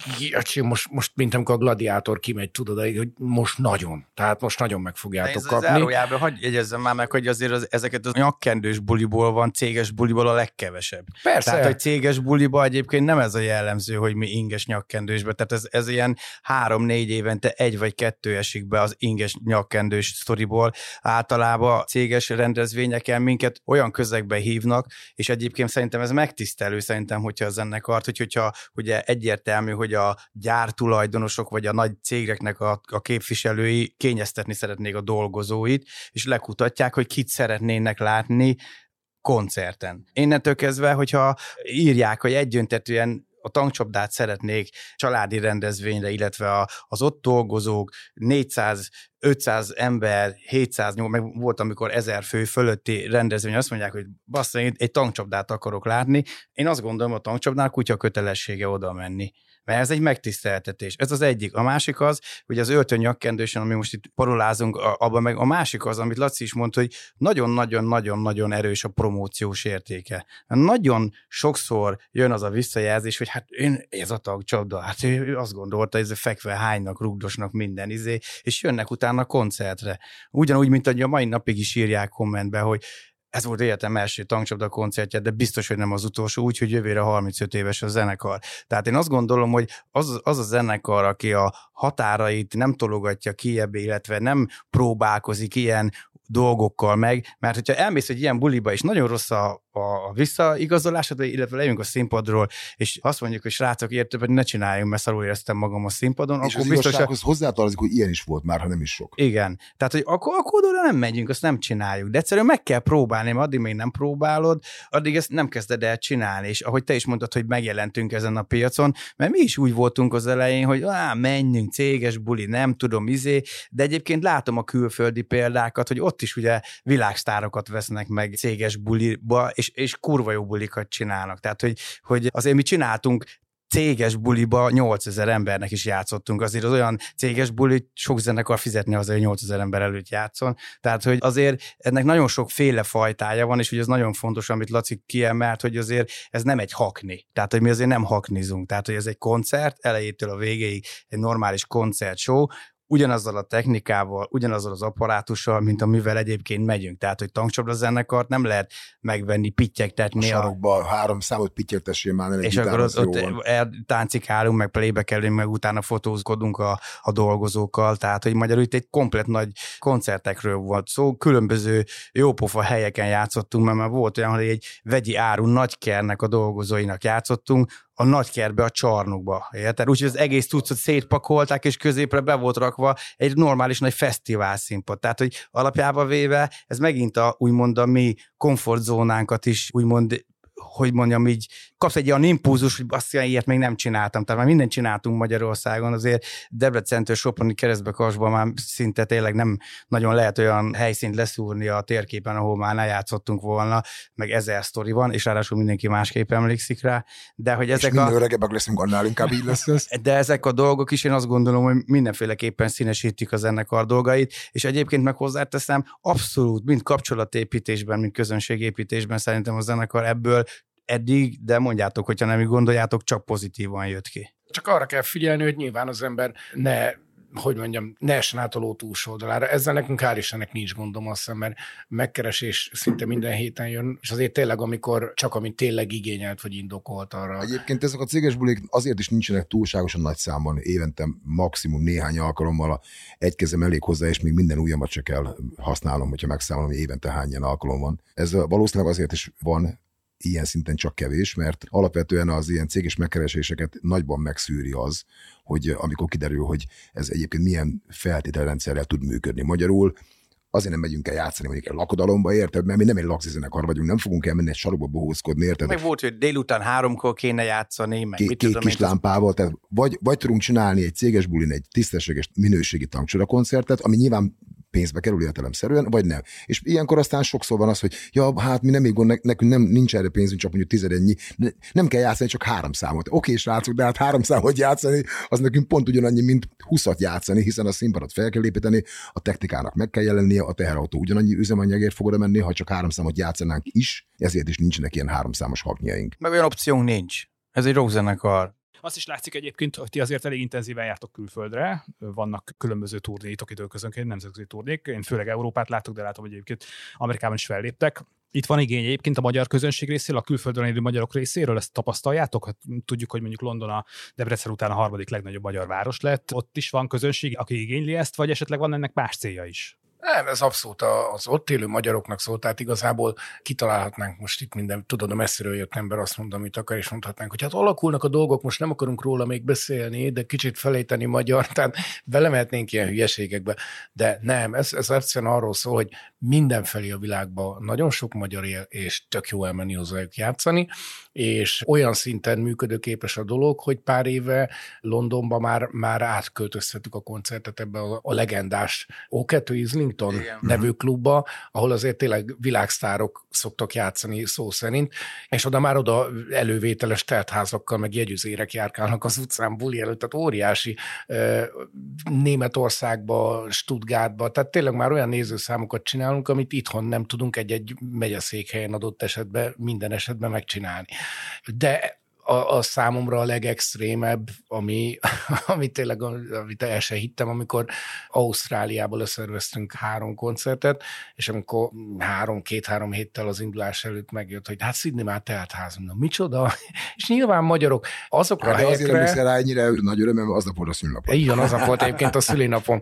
most, most mint amikor a gladiátor kimegy, tudod, hogy most nagyon, tehát most nagyon meg fogjátok ez kapni. Zárójában hagyj jegyezzem már meg, hogy azért az, ezeket a nyakkendős buliból van, céges buliból a legkevesebb. Persze. Tehát, hogy céges buliba egyébként nem ez a jellemző, hogy mi inges nyakkendősbe, tehát ez, ez ilyen három-négy évente egy vagy kettő esik be az inges nyakkendős sztoriból. Általában céges rendezvényeken minket olyan közegbe hívnak, és egyébként szerintem ez megtisztelő, szerintem, hogyha a zenekart, hogy, hogyha ugye egyértelmű, hogy a gyártulajdonosok vagy a nagy cégeknek a, a képviselői kényeztetni szeretnék a dolgozóit, és lekutatják, hogy kit szeretnének látni koncerten. Innentől kezdve, hogyha írják, hogy egyöntetűen a tankcsapdát szeretnék családi rendezvényre, illetve a, az ott dolgozók négyszáz-ötszáz ember, hétszáz, meg volt, amikor ezer fő fölötti rendezvény, azt mondják, hogy bassza, én egy tankcsapdát akarok látni. Én azt gondolom, a tankcsapdának kutya kötelessége oda menni. Mert ez egy megtiszteltetés. Ez az egyik. A másik az, hogy az öltön nyakkendősen, ami most itt parolázunk, abban meg a másik az, amit Laci is mondta, hogy nagyon-nagyon-nagyon-nagyon erős a promóciós értéke. Nagyon sokszor jön az a visszajelzés, hogy hát én, ez a tankcsapda, hát ő azt gondolta, hogy ez fekve hánynak, rugdosnak minden izé, és jönnek utána a koncertre. Ugyanúgy, mint hogy a mai napig is írják kommentbe, hogy ez volt életem első tankcsapda koncertje, de biztos, hogy nem az utolsó, úgyhogy jövőre harmincöt éves a zenekar. Tehát én azt gondolom, hogy az, az a zenekar, aki a határait nem tologatja kijebb, illetve nem próbálkozik ilyen dolgokkal meg, mert hogyha elmész egy ilyen buliba, és nagyon rossz a, a visszaigazolásod, illetve lejünk a színpadról, és azt mondjuk, hogy srácok, ilyet többet ne csináljunk, mert szarul éreztem magam a színpadon. És akkor az biztos, igazsághoz hozzátartozik, hogy ilyen is volt már, ha nem is sok. Igen. Tehát, hogy akkor, akkor oda nem megyünk, azt nem csináljuk. De egyszerűen meg kell próbálni, mert addig még nem próbálod, addig ezt nem kezded el csinálni. És ahogy te is mondtad, hogy megjelentünk ezen a piacon, mert mi is úgy voltunk az elején, hogy á, menjünk, céges buli, nem tudom, izé, de egyébként látom a külföldi példákat, hogy ott is ugye világsztárokat vesznek meg céges buliba, és, és kurva jó bulikat csinálnak. Tehát, hogy, hogy azért mi csináltunk céges buliba nyolcezer embernek is játszottunk. Azért az olyan céges buli, sok zenekar fizetni azért, hogy nyolcezer ember előtt játszon. Tehát, hogy azért ennek nagyon sokféle fajtája van, és hogy ez nagyon fontos, amit Laci kiemelt, hogy azért ez nem egy hakni. Tehát, hogy mi azért nem haknizunk. Tehát, hogy ez egy koncert, elejétől a végéig egy normális koncertshow, ugyanazzal a technikával, ugyanazzal az apparátussal, mint amivel egyébként megyünk. Tehát, hogy tankcsapda zenekart nem lehet megvenni, pittyegtetni. A sarokba a... három számot pittyegtessél már, nem egy és akkor ott, ott táncikálunk, meg playback-elünk, meg utána fotózkodunk a, a dolgozókkal. Tehát, hogy magyarul itt egy komplet nagy koncertekről volt szó. Különböző jópofa helyeken játszottunk, mert már volt olyan, hogy egy vegyi áru nagykernek a dolgozóinak játszottunk, a nagykertbe, a csarnokba, érted? Úgyhogy az egész cuccot szétpakolták, és középre be volt rakva egy normális nagy fesztivál színpad. Tehát, hogy alapjában véve ez megint a, úgymond a mi komfortzónánkat is úgymond, hogy mondjam így, kapsz egy olyan impulzus, hogy azt mondja, ilyet még nem csináltam. Tehát már mindent csináltunk Magyarországon, azért Debrecentől Soproni Keresztbe-Karsba már szinte tényleg nem nagyon lehet olyan helyszínt leszúrni a térképen, ahol már ne játszottunk volna, meg ezer sztori van, és ráadásul mindenki másképp emlékszik rá. De hogy ezek és minél a... öregebbek leszünk, annál inkább így lesz ez. De ezek a dolgok is, én azt gondolom, hogy mindenféleképpen színesítik a zenekar dolgait, és egyébként meg hozzáteszem, abszolút, mind kapcsolatépítésben, mind közönségépítésben szerintem a zenekar ebből eddig, de mondjátok, hogyha nem így gondoljátok, csak pozitívan jött ki. Csak arra kell figyelni, hogy nyilván az ember ne, hogy mondjam, ne essen át a ló túlsó oldalára. Ezzel nekünk hál' Istennek nincs gondom, azt hiszem, mert megkeresés szinte minden héten jön, és azért tényleg, amikor csak amit tényleg igényelt, vagy indokolt arra. Egyébként ezek a céges bulik azért is nincsenek túlságosan nagy számban, évente maximum néhány alkalommal, egy kezem elég hozzá, és még minden ujjamat se kell használnom, hogyha megszámolom, hogy évente hány ilyen alkalom van. Ez valószínűleg azért is van ilyen szinten csak kevés, mert alapvetően az ilyen céges megkereséseket nagyban megszűri az, hogy amikor kiderül, hogy ez egyébként milyen feltételrendszerrel tud működni. Magyarul azért nem megyünk el játszani mondjuk egy lakodalomba, érted? Mert mi nem egy lakzizenekar vagyunk, nem fogunk elmenni egy sarokba bohózkodni, érted? Meg volt, hogy délután háromkor kéne játszani, meg Ké- mit két tudom, kis lámpával, tehát vagy, vagy tudunk csinálni egy céges bulin egy tisztességes minőségi tankcsoda koncertet, ami nyilván pénzbe kerül értelemszerűen, vagy nem. És ilyenkor aztán sokszor van az, hogy ja, hát mi nem így gond, nekünk nem, nincs erre pénzünk, csak mondjuk tizedennyi, nem kell játszani, csak három számot. Oké, srácok, de hát három számot játszani, az nekünk pont ugyanannyi, mint húszat játszani, hiszen a színpadot fel kell építeni, a technikának meg kell jelennie, a teherautó ugyanannyi üzemanyagért fog oda menni, ha csak három számot játszanánk is, ezért is nincsenek ilyen háromszámos haknyaink. meg olyan opciónk nincs. Ez egy rockzenekar. Azt is látszik egyébként, hogy ti azért elég intenzíven jártok külföldre, vannak különböző turnéitok időközönként, nemzetközi turnék, én főleg Európát látok, de látom, hogy egyébként Amerikában is felléptek. Itt van igény egyébként a magyar közönség részéről, a külföldön élő magyarok részéről, ezt tapasztaljátok? Hát tudjuk, hogy mondjuk London a Debrecen után a harmadik legnagyobb magyar város lett, ott is van közönség, aki igényli ezt, vagy esetleg van ennek más célja is? Nem, ez abszolút az ott élő magyaroknak szólt, tehát igazából kitalálhatnánk most itt minden, tudod, a messziről jött ember azt mondta, amit akar, és mondhatnánk, hogy hát alakulnak a dolgok, most nem akarunk róla még beszélni, de kicsit felejteni magyar, tehát belemehetnénk ilyen hülyeségekbe, de nem, ez, ez egyszerűen arról szól, hogy mindenfelé a világban nagyon sok magyar él, és tök jó elmenni hozzájuk játszani, és olyan szinten működőképes a dolog, hogy pár éve Londonban már, már átköltöztettük a koncertet ebbe a, a legendás ó kettő Islington Igen. nevű klubba, ahol azért tényleg világsztárok szoktak játszani szó szerint, és oda már oda elővételes teltházakkal, meg jegyüzérek járkálnak az utcán buli előtt, tehát óriási euh, Németországba, Stuttgartba, tehát tényleg már olyan nézőszámokat csinálunk, amit itthon nem tudunk egy-egy megyeszékhelyen adott esetben, minden esetben megcsinálni. De A, a számomra a legextrémebb, ami, ami tényleg, amit el sem hittem, amikor Ausztráliából leszerveztünk három koncertet, és amikor három, két-három héttel az indulás előtt megjött, hogy hát Sydney már teltházunk, na micsoda? És nyilván magyarok azokra Hát a de azért helyekre... emlékszel rá ennyire nagy öröm, aznap volt a szülinapod. Igen, aznap volt egyébként a szülinapom.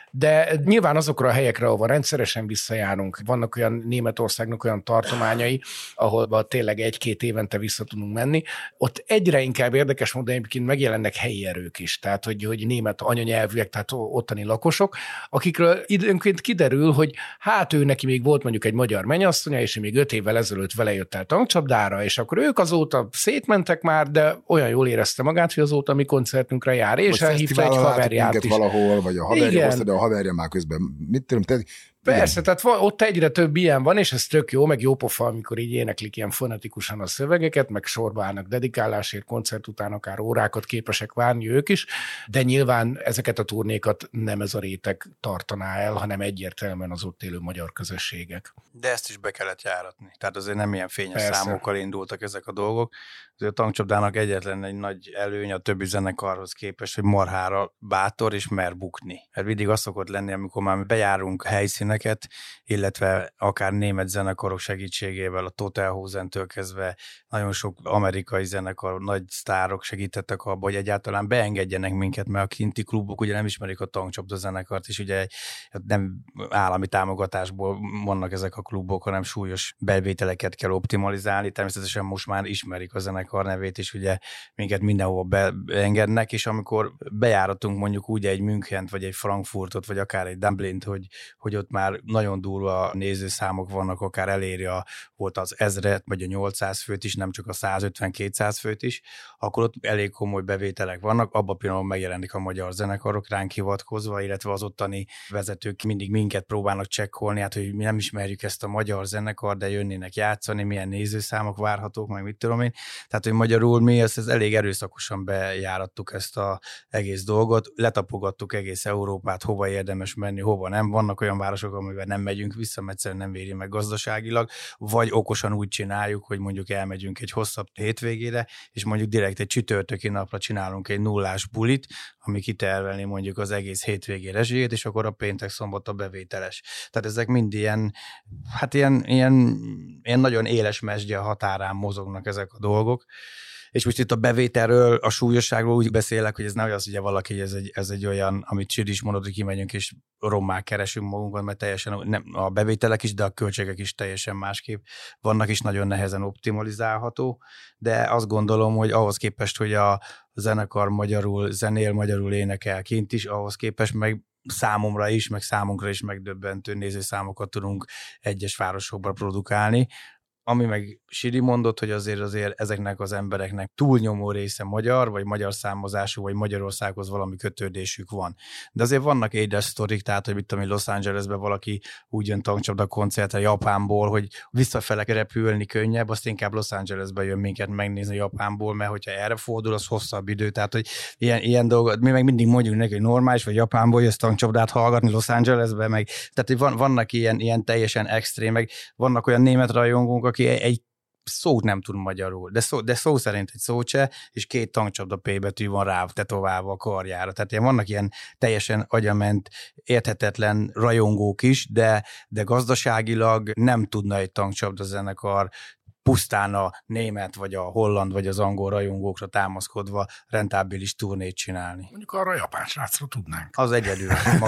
De nyilván azokra a helyekre, ahol rendszeresen visszajárunk, vannak olyan Németországnak olyan tartományai, ahol tényleg egy-két évente vissza tudunk menni, ott egyre inkább érdekes módon egyébként megjelennek helyi erők is, tehát hogy, hogy német anyanyelvűek, tehát ottani lakosok, akikről időnként kiderül, hogy hát ő neki még volt mondjuk egy magyar mennyasszonya, és még öt évvel ezelőtt vele jött el tankcsapdára, és akkor ők azóta szétmentek már, de olyan jól érezte magát, hogy azóta mi koncertünkre jár, és vagy elhívta egy haverját is. Valahol, vagy a haverja Igen. hozta, de a haverja már közben, mit tudom, te... Persze, igen. tehát van, ott egyre több ilyen van, és ez tök jó, meg jó pofa, amikor így éneklik ilyen fonetikusan a szövegeket, meg sorba állnak dedikálásért, koncert után akár órákat képesek várni ők is, de nyilván ezeket a turnékat nem ez a réteg tartaná el, hanem egyértelműen az ott élő magyar közösségek. De ezt is be kellett járatni. Tehát azért nem ilyen fényes Persze. számokkal indultak ezek a dolgok. Azért a tankcsapdának egyetlen egy nagy előny a többi zenekarhoz képest, hogy marhára bátor és mer bukni. Mert mindig az szokott lenni, amikor már bejárunk helyszínen, színeket, illetve akár német zenekarok segítségével, a Totelhosen-től kezdve nagyon sok amerikai zenekar, nagy sztárok segítettek abba, hogy egyáltalán beengedjenek minket, mert a kinti klubok ugye nem ismerik a tankcsapda zenekart, és ugye nem állami támogatásból vannak ezek a klubok, hanem súlyos bevételeket kell optimalizálni. Természetesen most már ismerik a zenekar nevét, és ugye minket mindenhol beengednek, és amikor bejáratunk mondjuk úgy egy Münchent, vagy egy Frankfurtot, vagy akár egy Dublint, hogy, hogy ott már nagyon durva nézőszámok vannak, akár eléri a, volt az ezret, vagy a nyolcszáz főt is, nem csak a százötven-kétszáz főt is, akkor ott elég komoly bevételek vannak, abban a pillanatban megjelenik a magyar zenekarok ránk hivatkozva, illetve az ottani vezetők mindig minket próbálnak csekkolni, hát hogy mi nem ismerjük ezt a magyar zenekar, de jönnének játszani, milyen nézőszámok várhatók, meg mit tudom én. Tehát, hogy magyarul mi ezt, ezt elég erőszakosan bejárattuk ezt az egész dolgot, letapogattuk egész Európát, hova érdemes menni, hova nem. Vannak olyan városok, amivel nem megyünk vissza, mert egyszerűen nem éri meg gazdaságilag, vagy okosan úgy csináljuk, hogy mondjuk elmegyünk egy hosszabb hétvégére, és mondjuk direkt egy csütörtöki napra csinálunk egy nullás bulit, ami kitervelni mondjuk az egész hétvégé rezsijét, és akkor a péntek szombat a bevételes. Tehát ezek mind ilyen, hát ilyen, ilyen, ilyen nagyon éles mesdje határán mozognak ezek a dolgok. És most itt a bevételről, a súlyosságról úgy beszélek, hogy ez nem az, ugye valaki, ez egy, ez egy olyan, amit Csid is mondod, hogy kimegyünk és rommá keresünk magunkat, mert teljesen nem, a bevételek is, de a költségek is teljesen másképp vannak, is nagyon nehezen optimalizálható, de azt gondolom, hogy ahhoz képest, hogy a zenekar magyarul zenél, magyarul énekel kint is, ahhoz képest meg számomra is, meg számunkra is megdöbbentő nézőszámokat tudunk egyes városokban produkálni. Ami meg Siri mondott, hogy azért azért ezeknek az embereknek túlnyomó része magyar, vagy magyar származású, vagy Magyarországhoz valami kötődésük van. De azért vannak édes sztorik, tehát, hogy mit tudom, Los Angelesben valaki úgy jön tankcsapda koncertre Japánból, hogy visszafele repülni könnyebb, azt inkább Los Angelesben jön minket megnézni Japánból, mert hogyha erre fordul, az hosszabb idő. Tehát, hogy ilyen, ilyen dolgot, mi meg mindig mondjuk neki, hogy normális, vagy Japánból jössz tankcsapdát hallgatni Los Angelesben, meg tehát, hogy van, vannak ilyen, ilyen teljesen extrém, meg vannak olyan német rajongók, aki egy szót nem tud magyarul, de szó, de szó szerint egy szó se, és két tankcsapda P betű van rá tetoválva a karjára. Tehát ilyen, vannak ilyen teljesen agyament, érthetetlen rajongók is, de, de gazdaságilag nem tudna egy tankcsapda zenekar pusztán a német, vagy a holland, vagy az angol rajongókra támaszkodva rentábilis turnét csinálni. Mondjuk arra a japán srácra tudnánk. Az egyedül.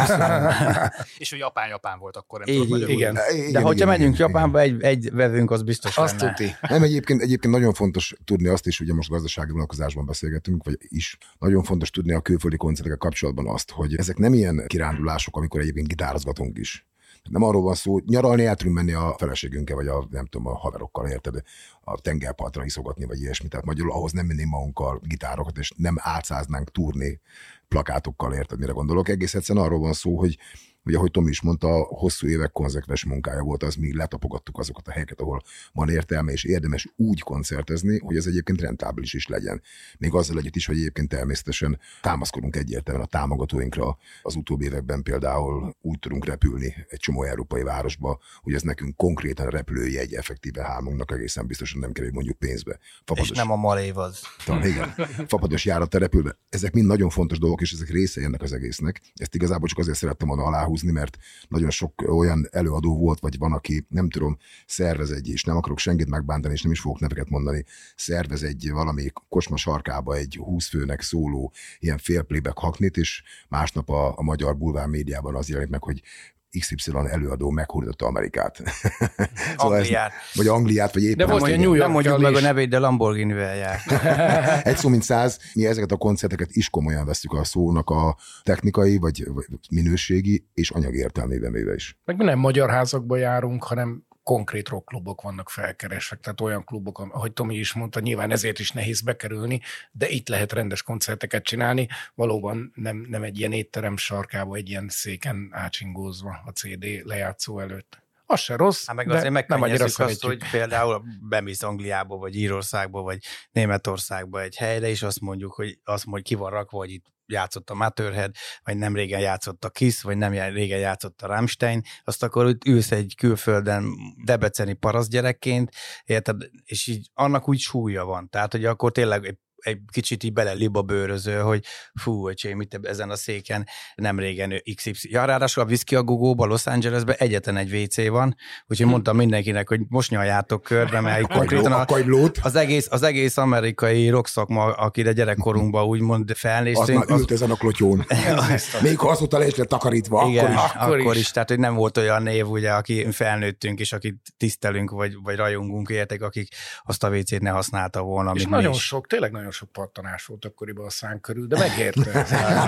És ő japán-japán volt akkor, nem így, tudod magyarul. Igen. De igen, hogyha igen, megyünk igen, Japánba, igen. egy, egy vevőnk az biztos Azt lenne. tudti. Nem, egyébként, egyébként nagyon fontos tudni azt is, ugye most gazdasági vonatkozásban beszélgetünk, vagy is. Nagyon fontos tudni a külföldi koncertekkel kapcsolatban azt, hogy ezek nem ilyen kirándulások, amikor egyébként gitározgatunk is. Nem arról van szó, nyaralni el tudunk menni a feleségünkkel, vagy a, nem tudom, a haverokkal, érted, a tengerpartra iszogatni, vagy ilyesmi. Tehát magyarul ahhoz nem mennénk magunkkal gitárokat, és nem álcáznánk turné plakátokkal, érted, mire gondolok. Egész egyszerűen arról van szó, hogy ugye, ahogy Tomi is mondta, hosszú évek konzekvens munkája volt az, mi letapogattuk azokat a helyeket, ahol van értelme, és érdemes úgy koncertezni, hogy ez egyébként rentábilis is legyen. Még azzal együtt is, hogy egyébként természetesen támaszkodunk egyértelműen a támogatóinkra. Az utóbbi években például úgy tudunk repülni egy csomó európai városba, hogy ez nekünk konkrétan repülőjegy, effektíve hármunknak egészen biztosan nem kerül mondjuk pénzbe. Fapados, És nem a malév az. talán, igen, fapados járattal repülve. Ezek mind nagyon fontos dolgok, és ezek része ennek az egésznek. Ezt igazából csak azért szerettem volna aláhúzni, mert nagyon sok olyan előadó volt, vagy van, aki nem tudom, szervez egy, és nem akarok senkit megbántani, és nem is fogok neveket mondani, szervez egy valami kocsma sarkába egy húsz főnek szóló ilyen fél playback haknit, és másnap a, a magyar bulvár médiában az jelenik meg, hogy iksz ipszilon előadó meghódította Amerikát. szóval Angliát. Ez, vagy Angliát, vagy éppen. De volt nem, ilyen New Nem mondjuk York-kal meg a is. nevét, de Lamborghini-vel jár. Egy szó mint száz, mi ezeket a koncerteket is komolyan veszük a szónak a technikai, vagy, vagy minőségi és anyagi értelmében véve is. Meg mi nem magyar házakba járunk, hanem konkrét rockklubok vannak felkeresve, tehát olyan klubok, ahogy Tomi is mondta, nyilván ezért is nehéz bekerülni, de itt lehet rendes koncerteket csinálni, valóban nem, nem egy ilyen étterem sarkába, egy ilyen széken ácsingózva a cé dé lejátszó előtt. Az se rossz, Hát meg de azért nem annyira megkönnyezük azt, szeretjük. hogy például bemész Angliába, vagy Írországba, vagy Németországba egy helyre, és azt mondjuk, hogy azt mondjuk, ki van rakva, hogy itt játszott a Motorhead, vagy nem régen játszott a Kiss, vagy nem régen játszott a Rammstein, azt akkor úgy ülsz egy külföldön debreceni paraszt gyerekként, érted? És így annak úgy súlya van. Tehát, hogy akkor tényleg egy kicsit így bele libabőröző, hogy fú, öcsém, itt ezen a széken nem régen iksz ipszilon. Ja, ráadásul a Whisky a Gogóban, Los Angelesben egyetlen egy vé cé van, úgyhogy mondtam mindenkinek, hogy most nyaljátok körbe, mert konkrétan a, az, egész, az egész amerikai rock szakma, akire gyerekkorunkban úgymond felnéztünk. Az már ült ezen a klotyón. Még ha azóta le is lett takarítva, igen, akkor is. Akkor, akkor is. is. Tehát, hogy nem volt olyan név, ugye, aki felnőttünk, és akit tisztelünk, vagy, vagy rajongunk értek, akik azt a vé cét ne használta volna. És nagyon sok, tényleg nagyon sok pattanás volt akkoriban a szánk körül, de megérte.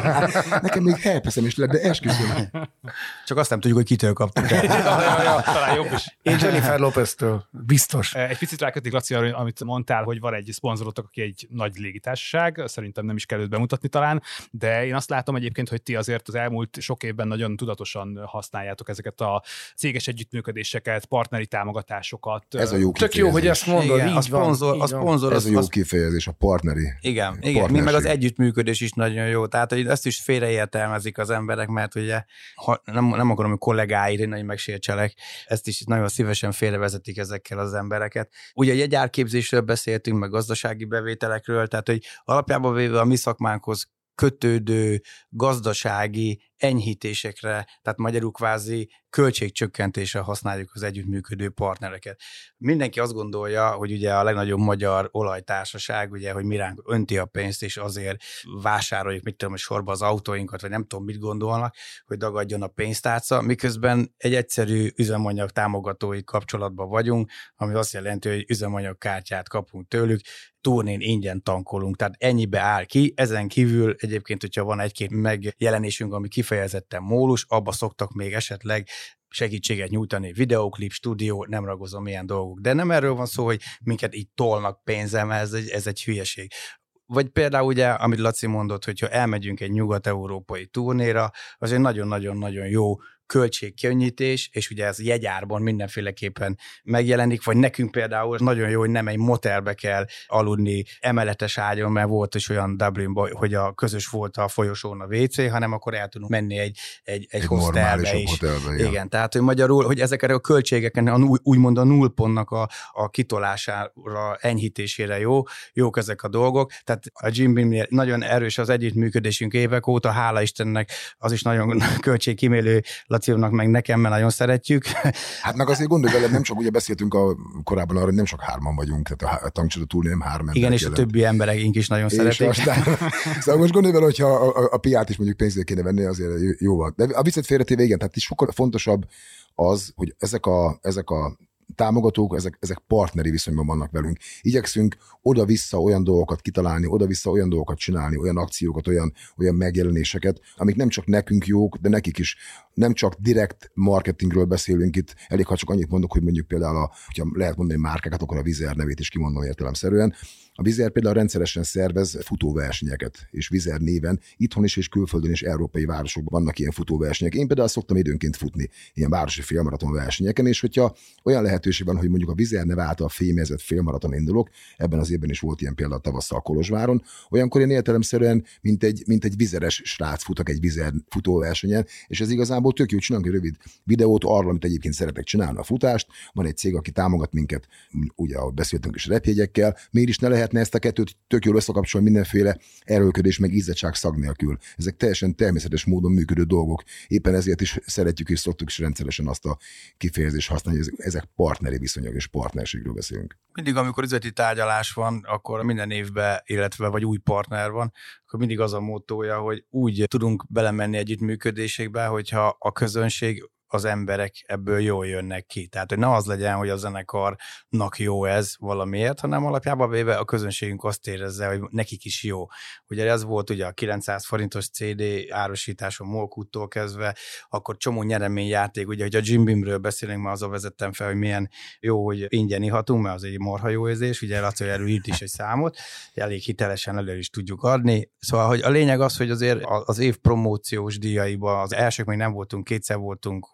Nekem még herpeszem is lett, de esküszöm. Csak azt nem tudjuk, hogy kitől kaptuk el. ja, ja, ja, talán jobb is. Én Jennifer Lopez-től, biztos. Egy picit rákötik, Laci, amit mondtál, hogy van egy szponzorotok, aki egy nagy légitársaság, szerintem nem is kell őt bemutatni talán, de én azt látom egyébként, hogy ti azért az elmúlt sok évben nagyon tudatosan használjátok ezeket a céges együttműködéseket, partneri támogatásokat. Ez a jó Tök jó, hogy ezt mondod, igen, így a szponzor, van, a szponzor Ez az, a jó az, kifejezés, a partneri. Igen, igen, mi meg az együttműködés is nagyon jó. Tehát, hogy ezt is félreértelmezik az emberek, mert ugye ha nem, nem akarom, hogy kollégáid, nagyon megsértselek, ezt is nagyon szívesen félrevezetik ezekkel az embereket. Ugye egy jegyárképzésről beszéltünk, meg gazdasági bevételekről, tehát, hogy alapjában véve a mi szakmánkhoz kötődő gazdasági enyhítésekre, tehát magyarul kvázi költségcsökkentésre használjuk az együttműködő partnereket. Mindenki azt gondolja, hogy ugye a legnagyobb magyar olajtársaság, ugye, hogy mi ránk önti a pénzt, és azért vásároljuk, mit tudom, sorba az autóinkat, vagy nem tudom, mit gondolnak, hogy dagadjon a pénztárca, miközben egy egyszerű üzemanyag támogatói kapcsolatban vagyunk, ami azt jelenti, hogy üzemanyagkártyát kapunk tőlük, turnén ingyen tankolunk, tehát ennyibe áll ki. Ezen kívül egyébként, hogyha van egy-két megjelenésünk, ami kifejezetten mólus, abba szoktak még esetleg segítséget nyújtani, videóklip, stúdió, nem ragozom ilyen dolgok. De nem erről van szó, hogy minket így tolnak pénzem, ez egy, ez egy hülyeség. Vagy például ugye, amit Laci mondott, hogyha elmegyünk egy nyugat-európai turnéra, az egy nagyon-nagyon-nagyon jó költségkönnyítés, és ugye ez jegyárban mindenféleképpen megjelenik, vagy nekünk például nagyon jó, hogy nem egy motelbe kell aludni emeletes ágyon, mert volt is olyan Dublinban, hogy a közös volt a folyosón a vé cé, hanem akkor el tudunk menni egy, egy, egy, egy hostelbe is. Hotelbe, igen. igen, tehát hogy magyarul, hogy ezekre a költségeken a, úgymond a nullpontnak a, a kitolására, enyhítésére jó, jók ezek a dolgok. Tehát a Jim Beam-nél nagyon erős az együttműködésünk évek óta, hála Istennek, az is nagyon költségkímélő Laciónak, meg nekem, mert nagyon szeretjük. Hát meg azért gondolj vele, nem csak ugye beszéltünk a, korábban arra, hogy nem csak hárman vagyunk, tehát a tankcsoda túl nem három ember. Igen, és jelent. A többi embereink is nagyon és szeretik. Aztán, szóval most gondolj vele, hogyha a, a, a piát is mondjuk pénzért kéne venni, azért jó van. De a viccet félretéve, igen, tehát is sokkal fontosabb az, hogy ezek a, ezek a támogatók, ezek, ezek partneri viszonyban vannak velünk. Igyekszünk oda-vissza olyan dolgokat kitalálni, oda-vissza olyan dolgokat csinálni, olyan akciókat, olyan, olyan megjelenéseket, amik nem csak nekünk jók, de nekik is. Nem csak direkt marketingről beszélünk itt, elég ha csak annyit mondok, hogy mondjuk például, a, hogyha lehet mondani márkákat, akkor a Vizer nevét is kimondom értelemszerűen. A Vizer például rendszeresen szervez futóversenyeket, és Vizer néven itthon is és külföldön és európai városokban vannak ilyen futóversenyek. Én például szoktam időnként futni ilyen városi félmaraton versenyeken, és hogyha olyan lehetőség van, hogy mondjuk a Vizer neve által fémezett félmaraton indulok, ebben az évben is volt ilyen például tavasszal Kolozsváron, olyankor én értelemszerűen, mint egy, mint egy vizeres srác futok egy Vizer futóversenyen, és ez igazából tök jó, csinálunk egy rövid videót arról, amit egyébként szeretek csinálni a futást. Van egy cég, aki támogat minket, ugye, ahogy beszéltünk is repjegyekkel, miért is ne lehetne ezt a kettőt tök jól összekapcsolni mindenféle erőlködés, meg izzadság szag nélkül. Ezek teljesen természetes módon működő dolgok. Éppen ezért is szeretjük és szoktuk is rendszeresen azt a kifejezést használni, hogy ezek partneri viszonyok és partnerségről beszélünk. Mindig, amikor üzleti tárgyalás van, akkor minden évben, illetve vagy új partner van, akkor mindig az a mottója, hogy úgy tudunk belemenni együttműködésekbe, hogyha a közönség, az emberek ebből jól jönnek ki. Tehát, hogy ne az legyen, hogy a zenekarnak jó ez valamiért, hanem alapjában véve a közönségünk azt érezze, hogy nekik is jó. Ugye ez volt ugye a kilencszáz forintos cé dé árusításon Molkuttól kezdve, akkor csomó nyereményjáték, ugye, hogy a Jim Beamről beszélünk, már azzal vezettem fel, hogy milyen jó, hogy ingyen ihatunk, mert az egy marha jó érzés, ugye Laci erről írt is egy számot, elég hitelesen elő is tudjuk adni. Szóval, hogy a lényeg az, hogy azért az év promóciós díjaiban az elsők még nem voltunk, kétszer voltunk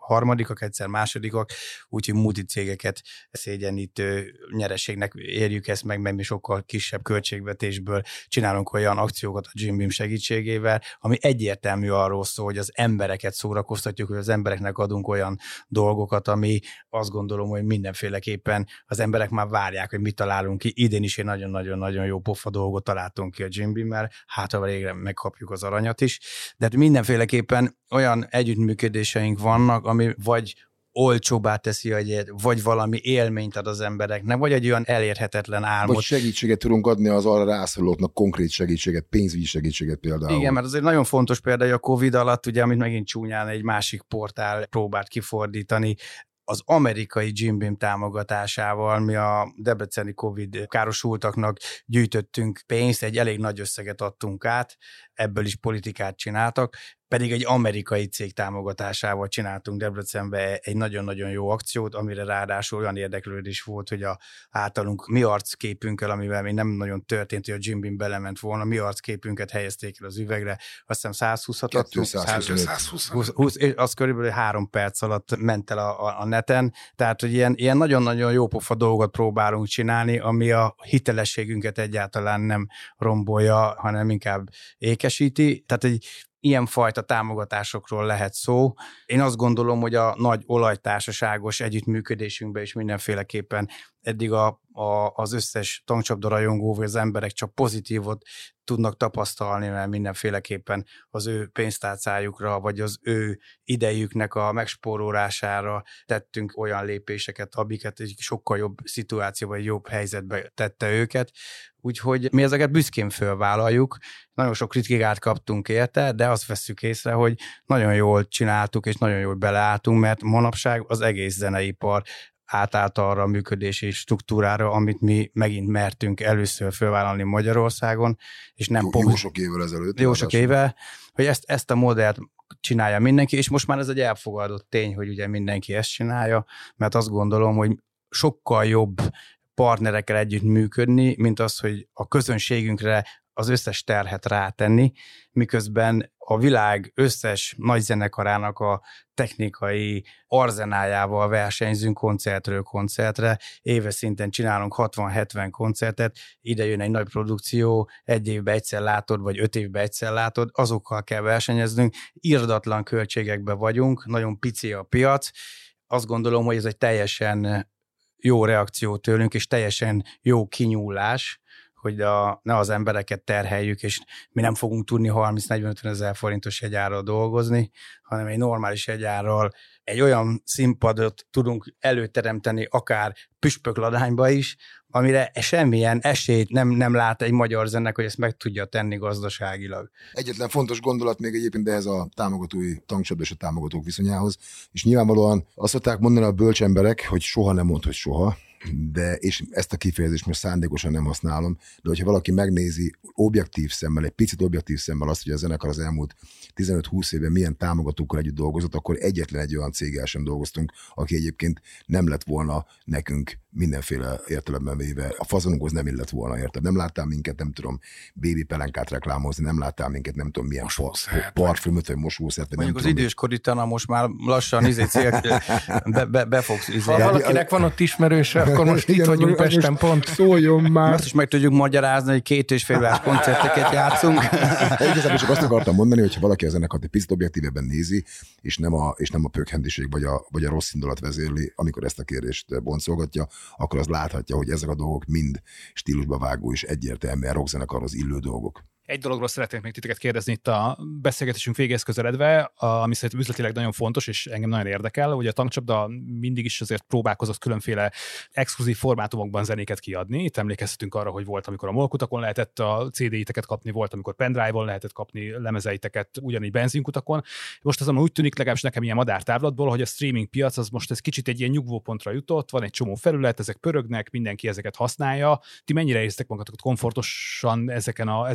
harmadikak, egyszer másodikak, úgyhogy multicégeket szégyenítő nyereségnek érjük ezt meg, mert mi sokkal kisebb költségvetésből csinálunk olyan akciókat a Jim Beam segítségével, ami egyértelmű arról szól, hogy az embereket szórakoztatjuk, hogy az embereknek adunk olyan dolgokat, ami azt gondolom, hogy mindenféleképpen az emberek már várják, hogy mit találunk ki. Idén is egy nagyon-nagyon-nagyon jó pofa dolgot találtunk ki a Jim Beam-mel, hát ha végre megkapjuk az aranyat is, de mindenféleképpen olyan együttműködéseink vannak, ami vagy olcsóbbá teszi a jegyet, vagy valami élményt ad az embereknek, vagy egy olyan elérhetetlen álmot. Vagy segítséget tudunk adni az arra rászorulóknak, konkrét segítséget, pénzügyi segítséget például. Igen, mert az egy nagyon fontos példa, a Covid alatt, ugye, amit megint csúnyán egy másik portál próbált kifordítani, az amerikai Jim Beam támogatásával mi a debreceni Covid károsultaknak gyűjtöttünk pénzt, egy elég nagy összeget adtunk át, ebből is politikát csináltak, pedig egy amerikai cég támogatásával csináltunk Debrecenbe egy nagyon-nagyon jó akciót, amire ráadásul olyan érdeklődés volt, hogy a általunk mi arcképünkkel, amivel még nem nagyon történt, hogy a Jim Beam belement volna, mi arcképünket helyezték el az üvegre, azt hiszem százhúszat adtunk, kétszázhúsz, és az körülbelül három perc alatt ment el a, a, a neten, tehát hogy ilyen, ilyen nagyon-nagyon jó pofa dolgot próbálunk csinálni, ami a hitelességünket egyáltalán nem rombolja, hanem inkább ékesíti, tehát egy ilyenfajta támogatásokról lehet szó. Én azt gondolom, hogy a nagy olajtársaságos együttműködésünkben is mindenféleképpen eddig a, a, az összes tankcsapda rajongó, vagy az emberek csak pozitívot tudnak tapasztalni, mert mindenféleképpen az ő pénztárcájukra, vagy az ő idejüknek a megspórolására tettünk olyan lépéseket, amiket egy sokkal jobb szituációba, egy jobb helyzetbe tette őket. Úgyhogy mi ezeket büszkén fölvállaljuk, nagyon sok kritikát kaptunk érte, de azt vesszük észre, hogy nagyon jól csináltuk, és nagyon jól beleálltunk, mert manapság az egész zeneipar átállt arra a működési struktúrára, amit mi megint mertünk először fölvállalni Magyarországon, és nem jó, pont... Jó sok évvel ezelőtt. Jó sok éve, hogy ezt, ezt a modellt csinálja mindenki, és most már ez egy elfogadott tény, hogy ugye mindenki ezt csinálja, mert azt gondolom, hogy sokkal jobb partnerekkel együtt működni, mint az, hogy a közönségünkre az összes terhet rátenni, miközben a világ összes nagy zenekarának a technikai arzenájával versenyzünk koncertről koncertre, éves szinten csinálunk hatvan-hetven koncertet, ide jön egy nagy produkció, egy évben egyszer látod, vagy öt évben egyszer látod, azokkal kell versenyeznünk, irdatlan költségekben vagyunk, nagyon pici a piac, azt gondolom, hogy ez egy teljesen jó reakció tőlünk, és teljesen jó kinyúlás, hogy a, ne az embereket terheljük, és mi nem fogunk tudni harminc-negyven-ötven ezer forintos jegyárral dolgozni, hanem egy normális jegyárral egy olyan színpadot tudunk előteremteni, akár püspökladányba is, amire semmilyen esélyt nem, nem lát egy magyar zennek, hogy ezt meg tudja tenni gazdaságilag. Egyetlen fontos gondolat még egyébként ehhez a támogatói tankcsapda és a támogatók viszonyához, és nyilvánvalóan azt szokták mondani a bölcs emberek, hogy soha nem mond, hogy soha, de, és ezt a kifejezést most szándékosan nem használom, de hogyha valaki megnézi objektív szemmel, egy picit objektív szemmel azt, hogy a zenekar az elmúlt tizenöt-húsz évben milyen támogatókkal együtt dolgozott, akkor egyetlen egy olyan céggel sem dolgoztunk, aki egyébként nem lett volna nekünk mindenféle értelemben véve, a fazonunkhoz nem illett volna, érted? Nem láttál minket, nem tudom, bébi pelenkát reklámozni, nem láttál minket, nem tudom, milyen par- parfümöt, vagy mosószert. Mondjuk az időskorítana most már lassan izé cél, be, be, be fogsz izé. Ha valakinek van ott ismerőse, akkor most itt vagyunk Pesten pont. Szóljon már. Azt is meg tudjuk magyarázni, hogy két és fél órás koncerteket játszunk. Igazából csak azt akartam mondani, hogy ha valaki a zenekart egy picit objektívebben nézi, és nem a, és nem a pökhendiség vagy a, vagy a rossz indulat vezérli, amikor ezt a kérdést boncolgatja, akkor az láthatja, hogy ezek a dolgok mind stílusba vágó és egyértelműen rockzenekarhoz illő dolgok. Egy dologról szeretnék még titeket kérdezni itt a beszélgetésünk végéhez közeledve, ami szerintem üzletileg nagyon fontos, és engem nagyon érdekel, hogy a tankcsapda mindig is azért próbálkozott különféle exkluzív formátumokban zenéket kiadni. Itt emlékezhetünk arra, hogy volt, amikor a molkutakon lehetett a cé dé-iteket kapni, volt, amikor pendrive-on lehetett kapni lemezeiteket, ugyanígy benzinkutakon. Most azonban úgy tűnik, legalábbis nekem ilyen madártávlatból, hogy a streaming piac az most ez kicsit egy ilyen nyugvópontra jutott, van egy csomó felület, ezek pörögnek, mindenki ezeket használja. Ti mennyire érzitek magatokat komfortosan ezeken a, ezeken a felületeken,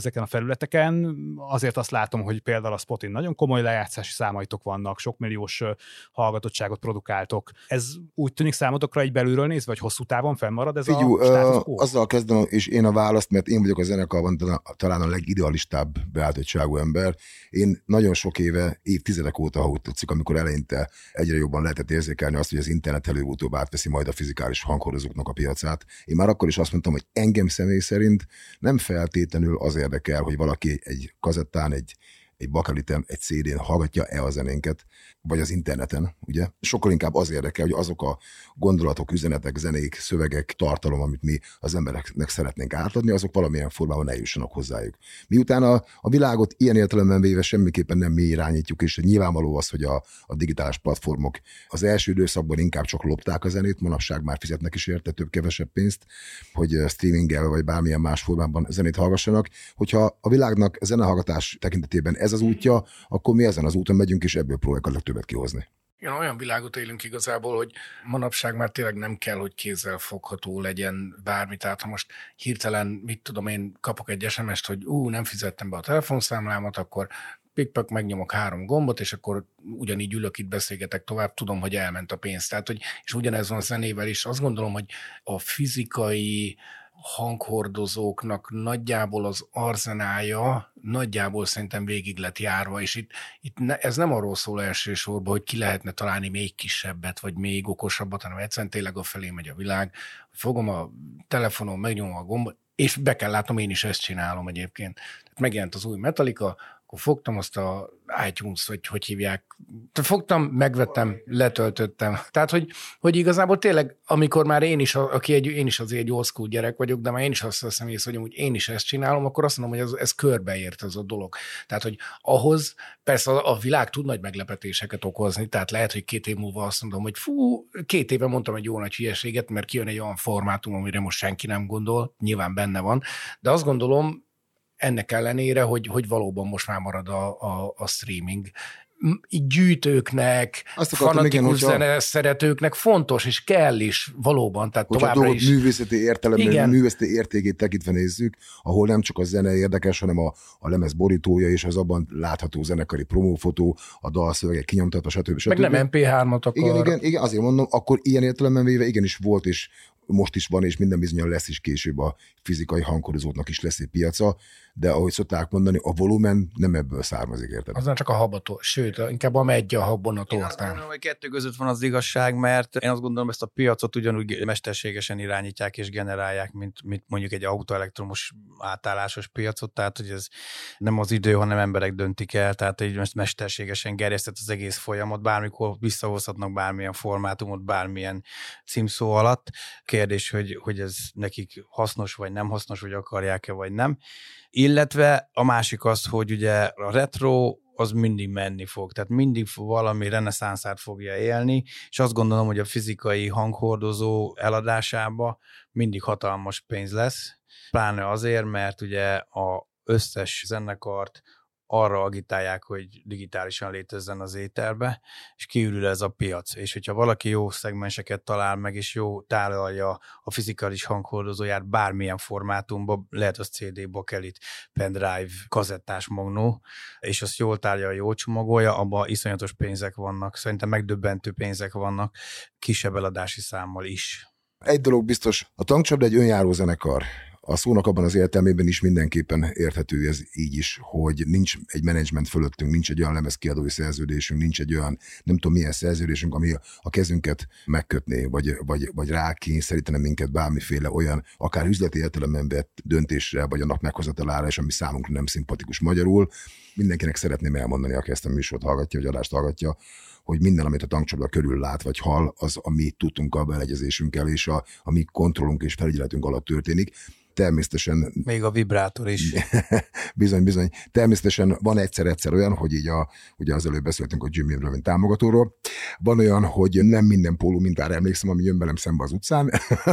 felületeken azért azt látom, hogy például a Spotin nagyon komoly lejátszási számaitok vannak, sokmilliós hallgatottságot produkáltok. Ez úgy tűnik számotokra így belülről nézve, vagy hosszú távon fennmarad ez Figyú, a status quo? Azzal kezdem, és én a választ, mert én vagyok a zenekarban talán a legidealistább beállítottságú ember. Én nagyon sok éve, évtizedek óta, ha úgy tetszik, amikor eleinte egyre jobban lehetett érzékelni azt, hogy az internet előbb-utóbb átveszi majd a fizikális hanghordozóknak a piacát. Én már akkor is azt mondtam, hogy engem személy szerint nem feltétlenül az érdekel, hogy valaki egy kazettán, egy egy bakeliten, egy cé dén hallgatja-e a zenénket, vagy az interneten, ugye? Sokkal inkább az érdekel, hogy azok a gondolatok, üzenetek, zenék, szövegek, tartalom, amit mi az embereknek szeretnénk átadni, azok valamilyen formában eljussanak hozzájuk. Miután a, a világot ilyen értelemben véve semmiképpen nem mi irányítjuk, és nyilvánvaló az, hogy a, a digitális platformok az első időszakban inkább csak lopták a zenét, manapság már fizetnek is érte több-kevesebb pénzt, hogy streaminggel vagy bármilyen más formában zenét hallgassanak. Hogyha a világnak zenehallgatás tekintetében ez az útja, akkor mi ezen az úton megyünk, és ebből próbáljuk a legtöbbet kihozni. Igen, olyan világot élünk igazából, hogy manapság már tényleg nem kell, hogy kézzel fogható legyen bármi. Tehát ha most hirtelen, mit tudom én, kapok egy es em est, hogy ú, nem fizettem be a telefonszámlámat, akkor pikpak megnyomok három gombot, és akkor ugyanígy ülök itt, beszélgetek tovább, tudom, hogy elment a pénz. Tehát, hogy, és ugyanez van zenével is. Azt gondolom, hogy a fizikai hanghordozóknak nagyjából az arzenája nagyjából szerintem végig lett járva, és itt, itt ne, ez nem arról szól elsősorban, hogy ki lehetne találni még kisebbet, vagy még okosabbat, hanem egyszerűen tényleg afelé megy a világ. Fogom a telefonon, megnyomom a gombot, és be kell látnom, én is ezt csinálom egyébként. Tehát megjelent az új Metallica, akkor fogtam azt a iTunes, vagy hogy hívják. Fogtam, megvettem, letöltöttem. Tehát, hogy, hogy igazából tényleg, amikor már én is, aki egy, én is azért egy old school gyerek vagyok, de már én is azt veszem észre, hogy amúgy én is ezt csinálom, akkor azt mondom, hogy ez, ez körbeért ez a dolog. Tehát, hogy ahhoz persze a, a világ tud nagy meglepetéseket okozni, tehát lehet, hogy két év múlva azt mondom, hogy fú, két éve mondtam egy jó nagy hülyeséget, mert kijön egy olyan formátum, amire most senki nem gondol, nyilván benne van, de azt gondolom, ennek ellenére, hogy, hogy valóban most már marad a, a, a streaming. Így gyűjtőknek, fanatikus zene szeretőknek fontos, és kell is valóban, tehát hogyha továbbra is. művészeti értelemben, művészeti értékét tekintve nézzük, ahol nem csak a zene érdekes, hanem a, a lemez borítója és az abban látható zenekari promófotó, a dalszövegek kinyomtatva, stb. stb. Meg nem em pé hármat akar. Igen, igen, igen, azért mondom, akkor ilyen értelemben véve igenis volt, és most is van, és minden bizonnyal lesz is később a fizikai hangkorozóknak is lesz egy piaca, de ahogy szokták mondani, a volumen nem ebből származik, érted? Az nem csak a habató, sőt, inkább a megy a habon a tortán. Én azt gondolom, hogy kettő között van az igazság, mert én azt gondolom, ezt a piacot ugyanúgy mesterségesen irányítják és generálják, mint, mint mondjuk egy autoelektromos átállásos piacot, tehát hogy ez nem az idő, hanem emberek döntik el, tehát hogy most mesterségesen gerjesztett az egész folyamat, bármikor visszahozhatnak bármilyen formátumot, bármilyen címszó alatt. Kérdés, hogy, hogy ez nekik hasznos, vagy nem hasznos, vagy akarják-e, vagy nem. Illetve a másik az, hogy ugye a retro az mindig menni fog, tehát mindig valami reneszánszát fogja élni, és azt gondolom, hogy a fizikai hanghordozó eladásába mindig hatalmas pénz lesz, pláne azért, mert ugye a összes zenekart arra agitálják, hogy digitálisan létezzen az éterbe, és kiürül ez a piac. És hogyha valaki jó szegmenseket talál meg, és jó tálalja a fizikális hanghordozóját bármilyen formátumban, lehet az cé dé, bakelit, pendrive, kazettás magnó, és azt jól tárja, jól csomagolja, abban iszonyatos pénzek vannak. Szerintem megdöbbentő pénzek vannak, kisebb eladási számmal is. Egy dolog biztos, a Tankcsapda egy önjáró zenekar. A szónak abban az értelmében is mindenképpen érthető ez így is, hogy nincs egy menedzsment fölöttünk, nincs egy olyan lemezkiadói szerződésünk, nincs egy olyan nem tudom milyen szerződésünk, ami a kezünket megkötné, vagy, vagy, vagy rákényszerítene minket bármiféle olyan, akár üzleti értelemben vett döntésre, vagy annak meghozatalára, és ami számunkra nem szimpatikus magyarul. Mindenkinek szeretném elmondani, aki ezt a műsort hallgatja, vagy adást hallgatja, hogy minden, amit a Tankcsapda körül lát vagy hall, az a mi tudtunkkal, beleegyezésünkkel és a, a mi kontrollunk és felügyeletünk alatt történik. Természetesen... Még a vibrátor is. bizony, bizony. Természetesen van egyszer-egyszer olyan, hogy így a, ugye az előbb beszéltünk a Jimmy Rövin támogatóról, van olyan, hogy nem minden póló mintára emlékszem, ami jön velem szembe az utcán.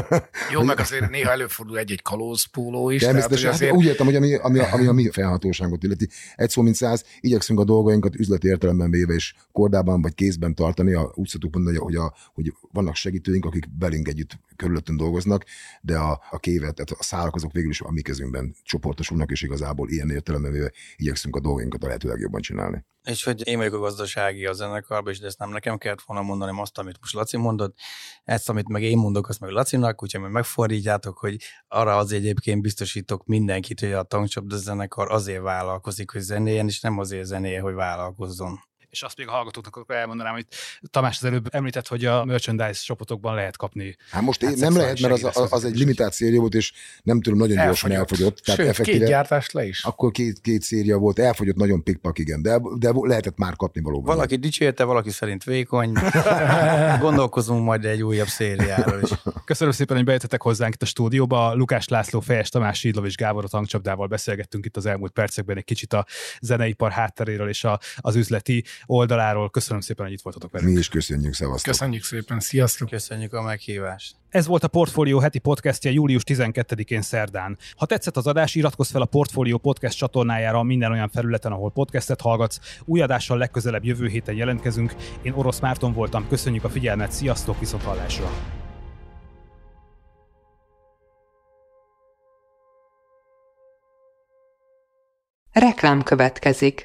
Jó, meg azért néha előfordul egy-egy kalóz póló is. Természetesen, tehát, azért... hát úgy értem, hogy ami, ami, ami a mi felhatóságot illeti. Egy szó mint száz, igyekszünk a dolgainkat üzleti értelemben véve és kordában vagy kézben tartani, úgy szoktuk mondani, hogy, a, hogy vannak segítőink, akik velünk együtt körülöttünk dolgoznak, de a, a kévet, tehát a szálak azok végül is a mi kezünkben csoportosulnak, és igazából ilyen értelemben igyekszünk a dolgainkat a lehető legjobban csinálni. És hogy én vagyok a gazdasági a zenekarban, és de ezt nem nekem kellett volna mondani, azt, amit most Laci mondott, ezt, amit meg én mondok, azt meg Lacinak, úgyhogy meg megfordítjátok, hogy arra az egyébként biztosítok mindenkit, hogy a Tankcsapda zenekar azért vállalkozik, hogy zenéjen, és nem azért zenéje, hogy vállalkozzon. És azt még a hallgatóknak akkor elmondanám, hogy Tamás az előbb említett, hogy a merchandise shopotokban lehet kapni. Hát most hát nem lehet, mert az, az, az egy limitált széria volt, és nem tudom, nagyon gyorsan elfogyott. Tehát Sőt, effektíve, két gyártást le is. Akkor két, két széria volt, elfogyott nagyon pikpak, igen, de, de lehetett már kapni valóban. Valaki dicsérte, valaki szerint vékony. Gondolkozunk majd egy újabb szériáról is. Köszönöm szépen, hogy bejöttetek hozzánk itt a stúdióba. Lukács László, Fejes Tamás, Sídlov és Gábor a Tankcsapdával beszélgettünk itt az elmúlt percekben egy kicsit a zeneipar hátteréről és a, az üzleti oldaláról. Köszönöm szépen, hogy itt voltatok velünk. Mi is köszönjük, szevasztok. Köszönjük szépen, sziasztok. Köszönjük a meghívást. Ez volt a Portfolio heti podcastja július tizenkettedikén szerdán. Ha tetszett az adás, iratkozz fel a Portfolio podcast csatornájára minden olyan felületen, ahol podcastet hallgatsz. Új adással legközelebb jövő héten jelentkezünk. Én Orosz Márton voltam, köszönjük a figyelmet, sziasztok, viszonthallásra! Reklám következik.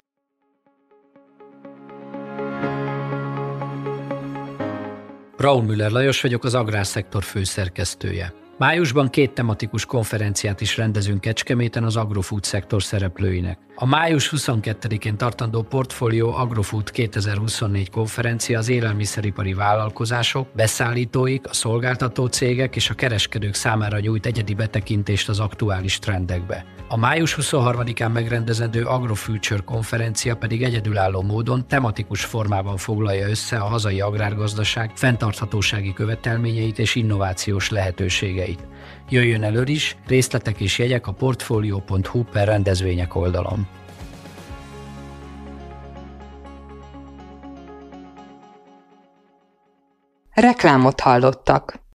Braun Müller Lajos vagyok, az Agrárszektor főszerkesztője. Májusban két tematikus konferenciát is rendezünk Kecskeméten az agrofood szektor szereplőinek. A május huszonkettedikén tartandó Portfolio Agrofood kétezer-huszonnégy konferencia az élelmiszeripari vállalkozások, beszállítóik, a szolgáltató cégek és a kereskedők számára nyújt egyedi betekintést az aktuális trendekbe. A május huszonharmadikán megrendezendő AgroFuture konferencia pedig egyedülálló módon tematikus formában foglalja össze a hazai agrárgazdaság fenntarthatósági követelményeit és innovációs lehetőségeit. Jöjjön elő is, részletek és jegyek a portfolio pont hu per rendezvények oldalon. Reklámot hallottak.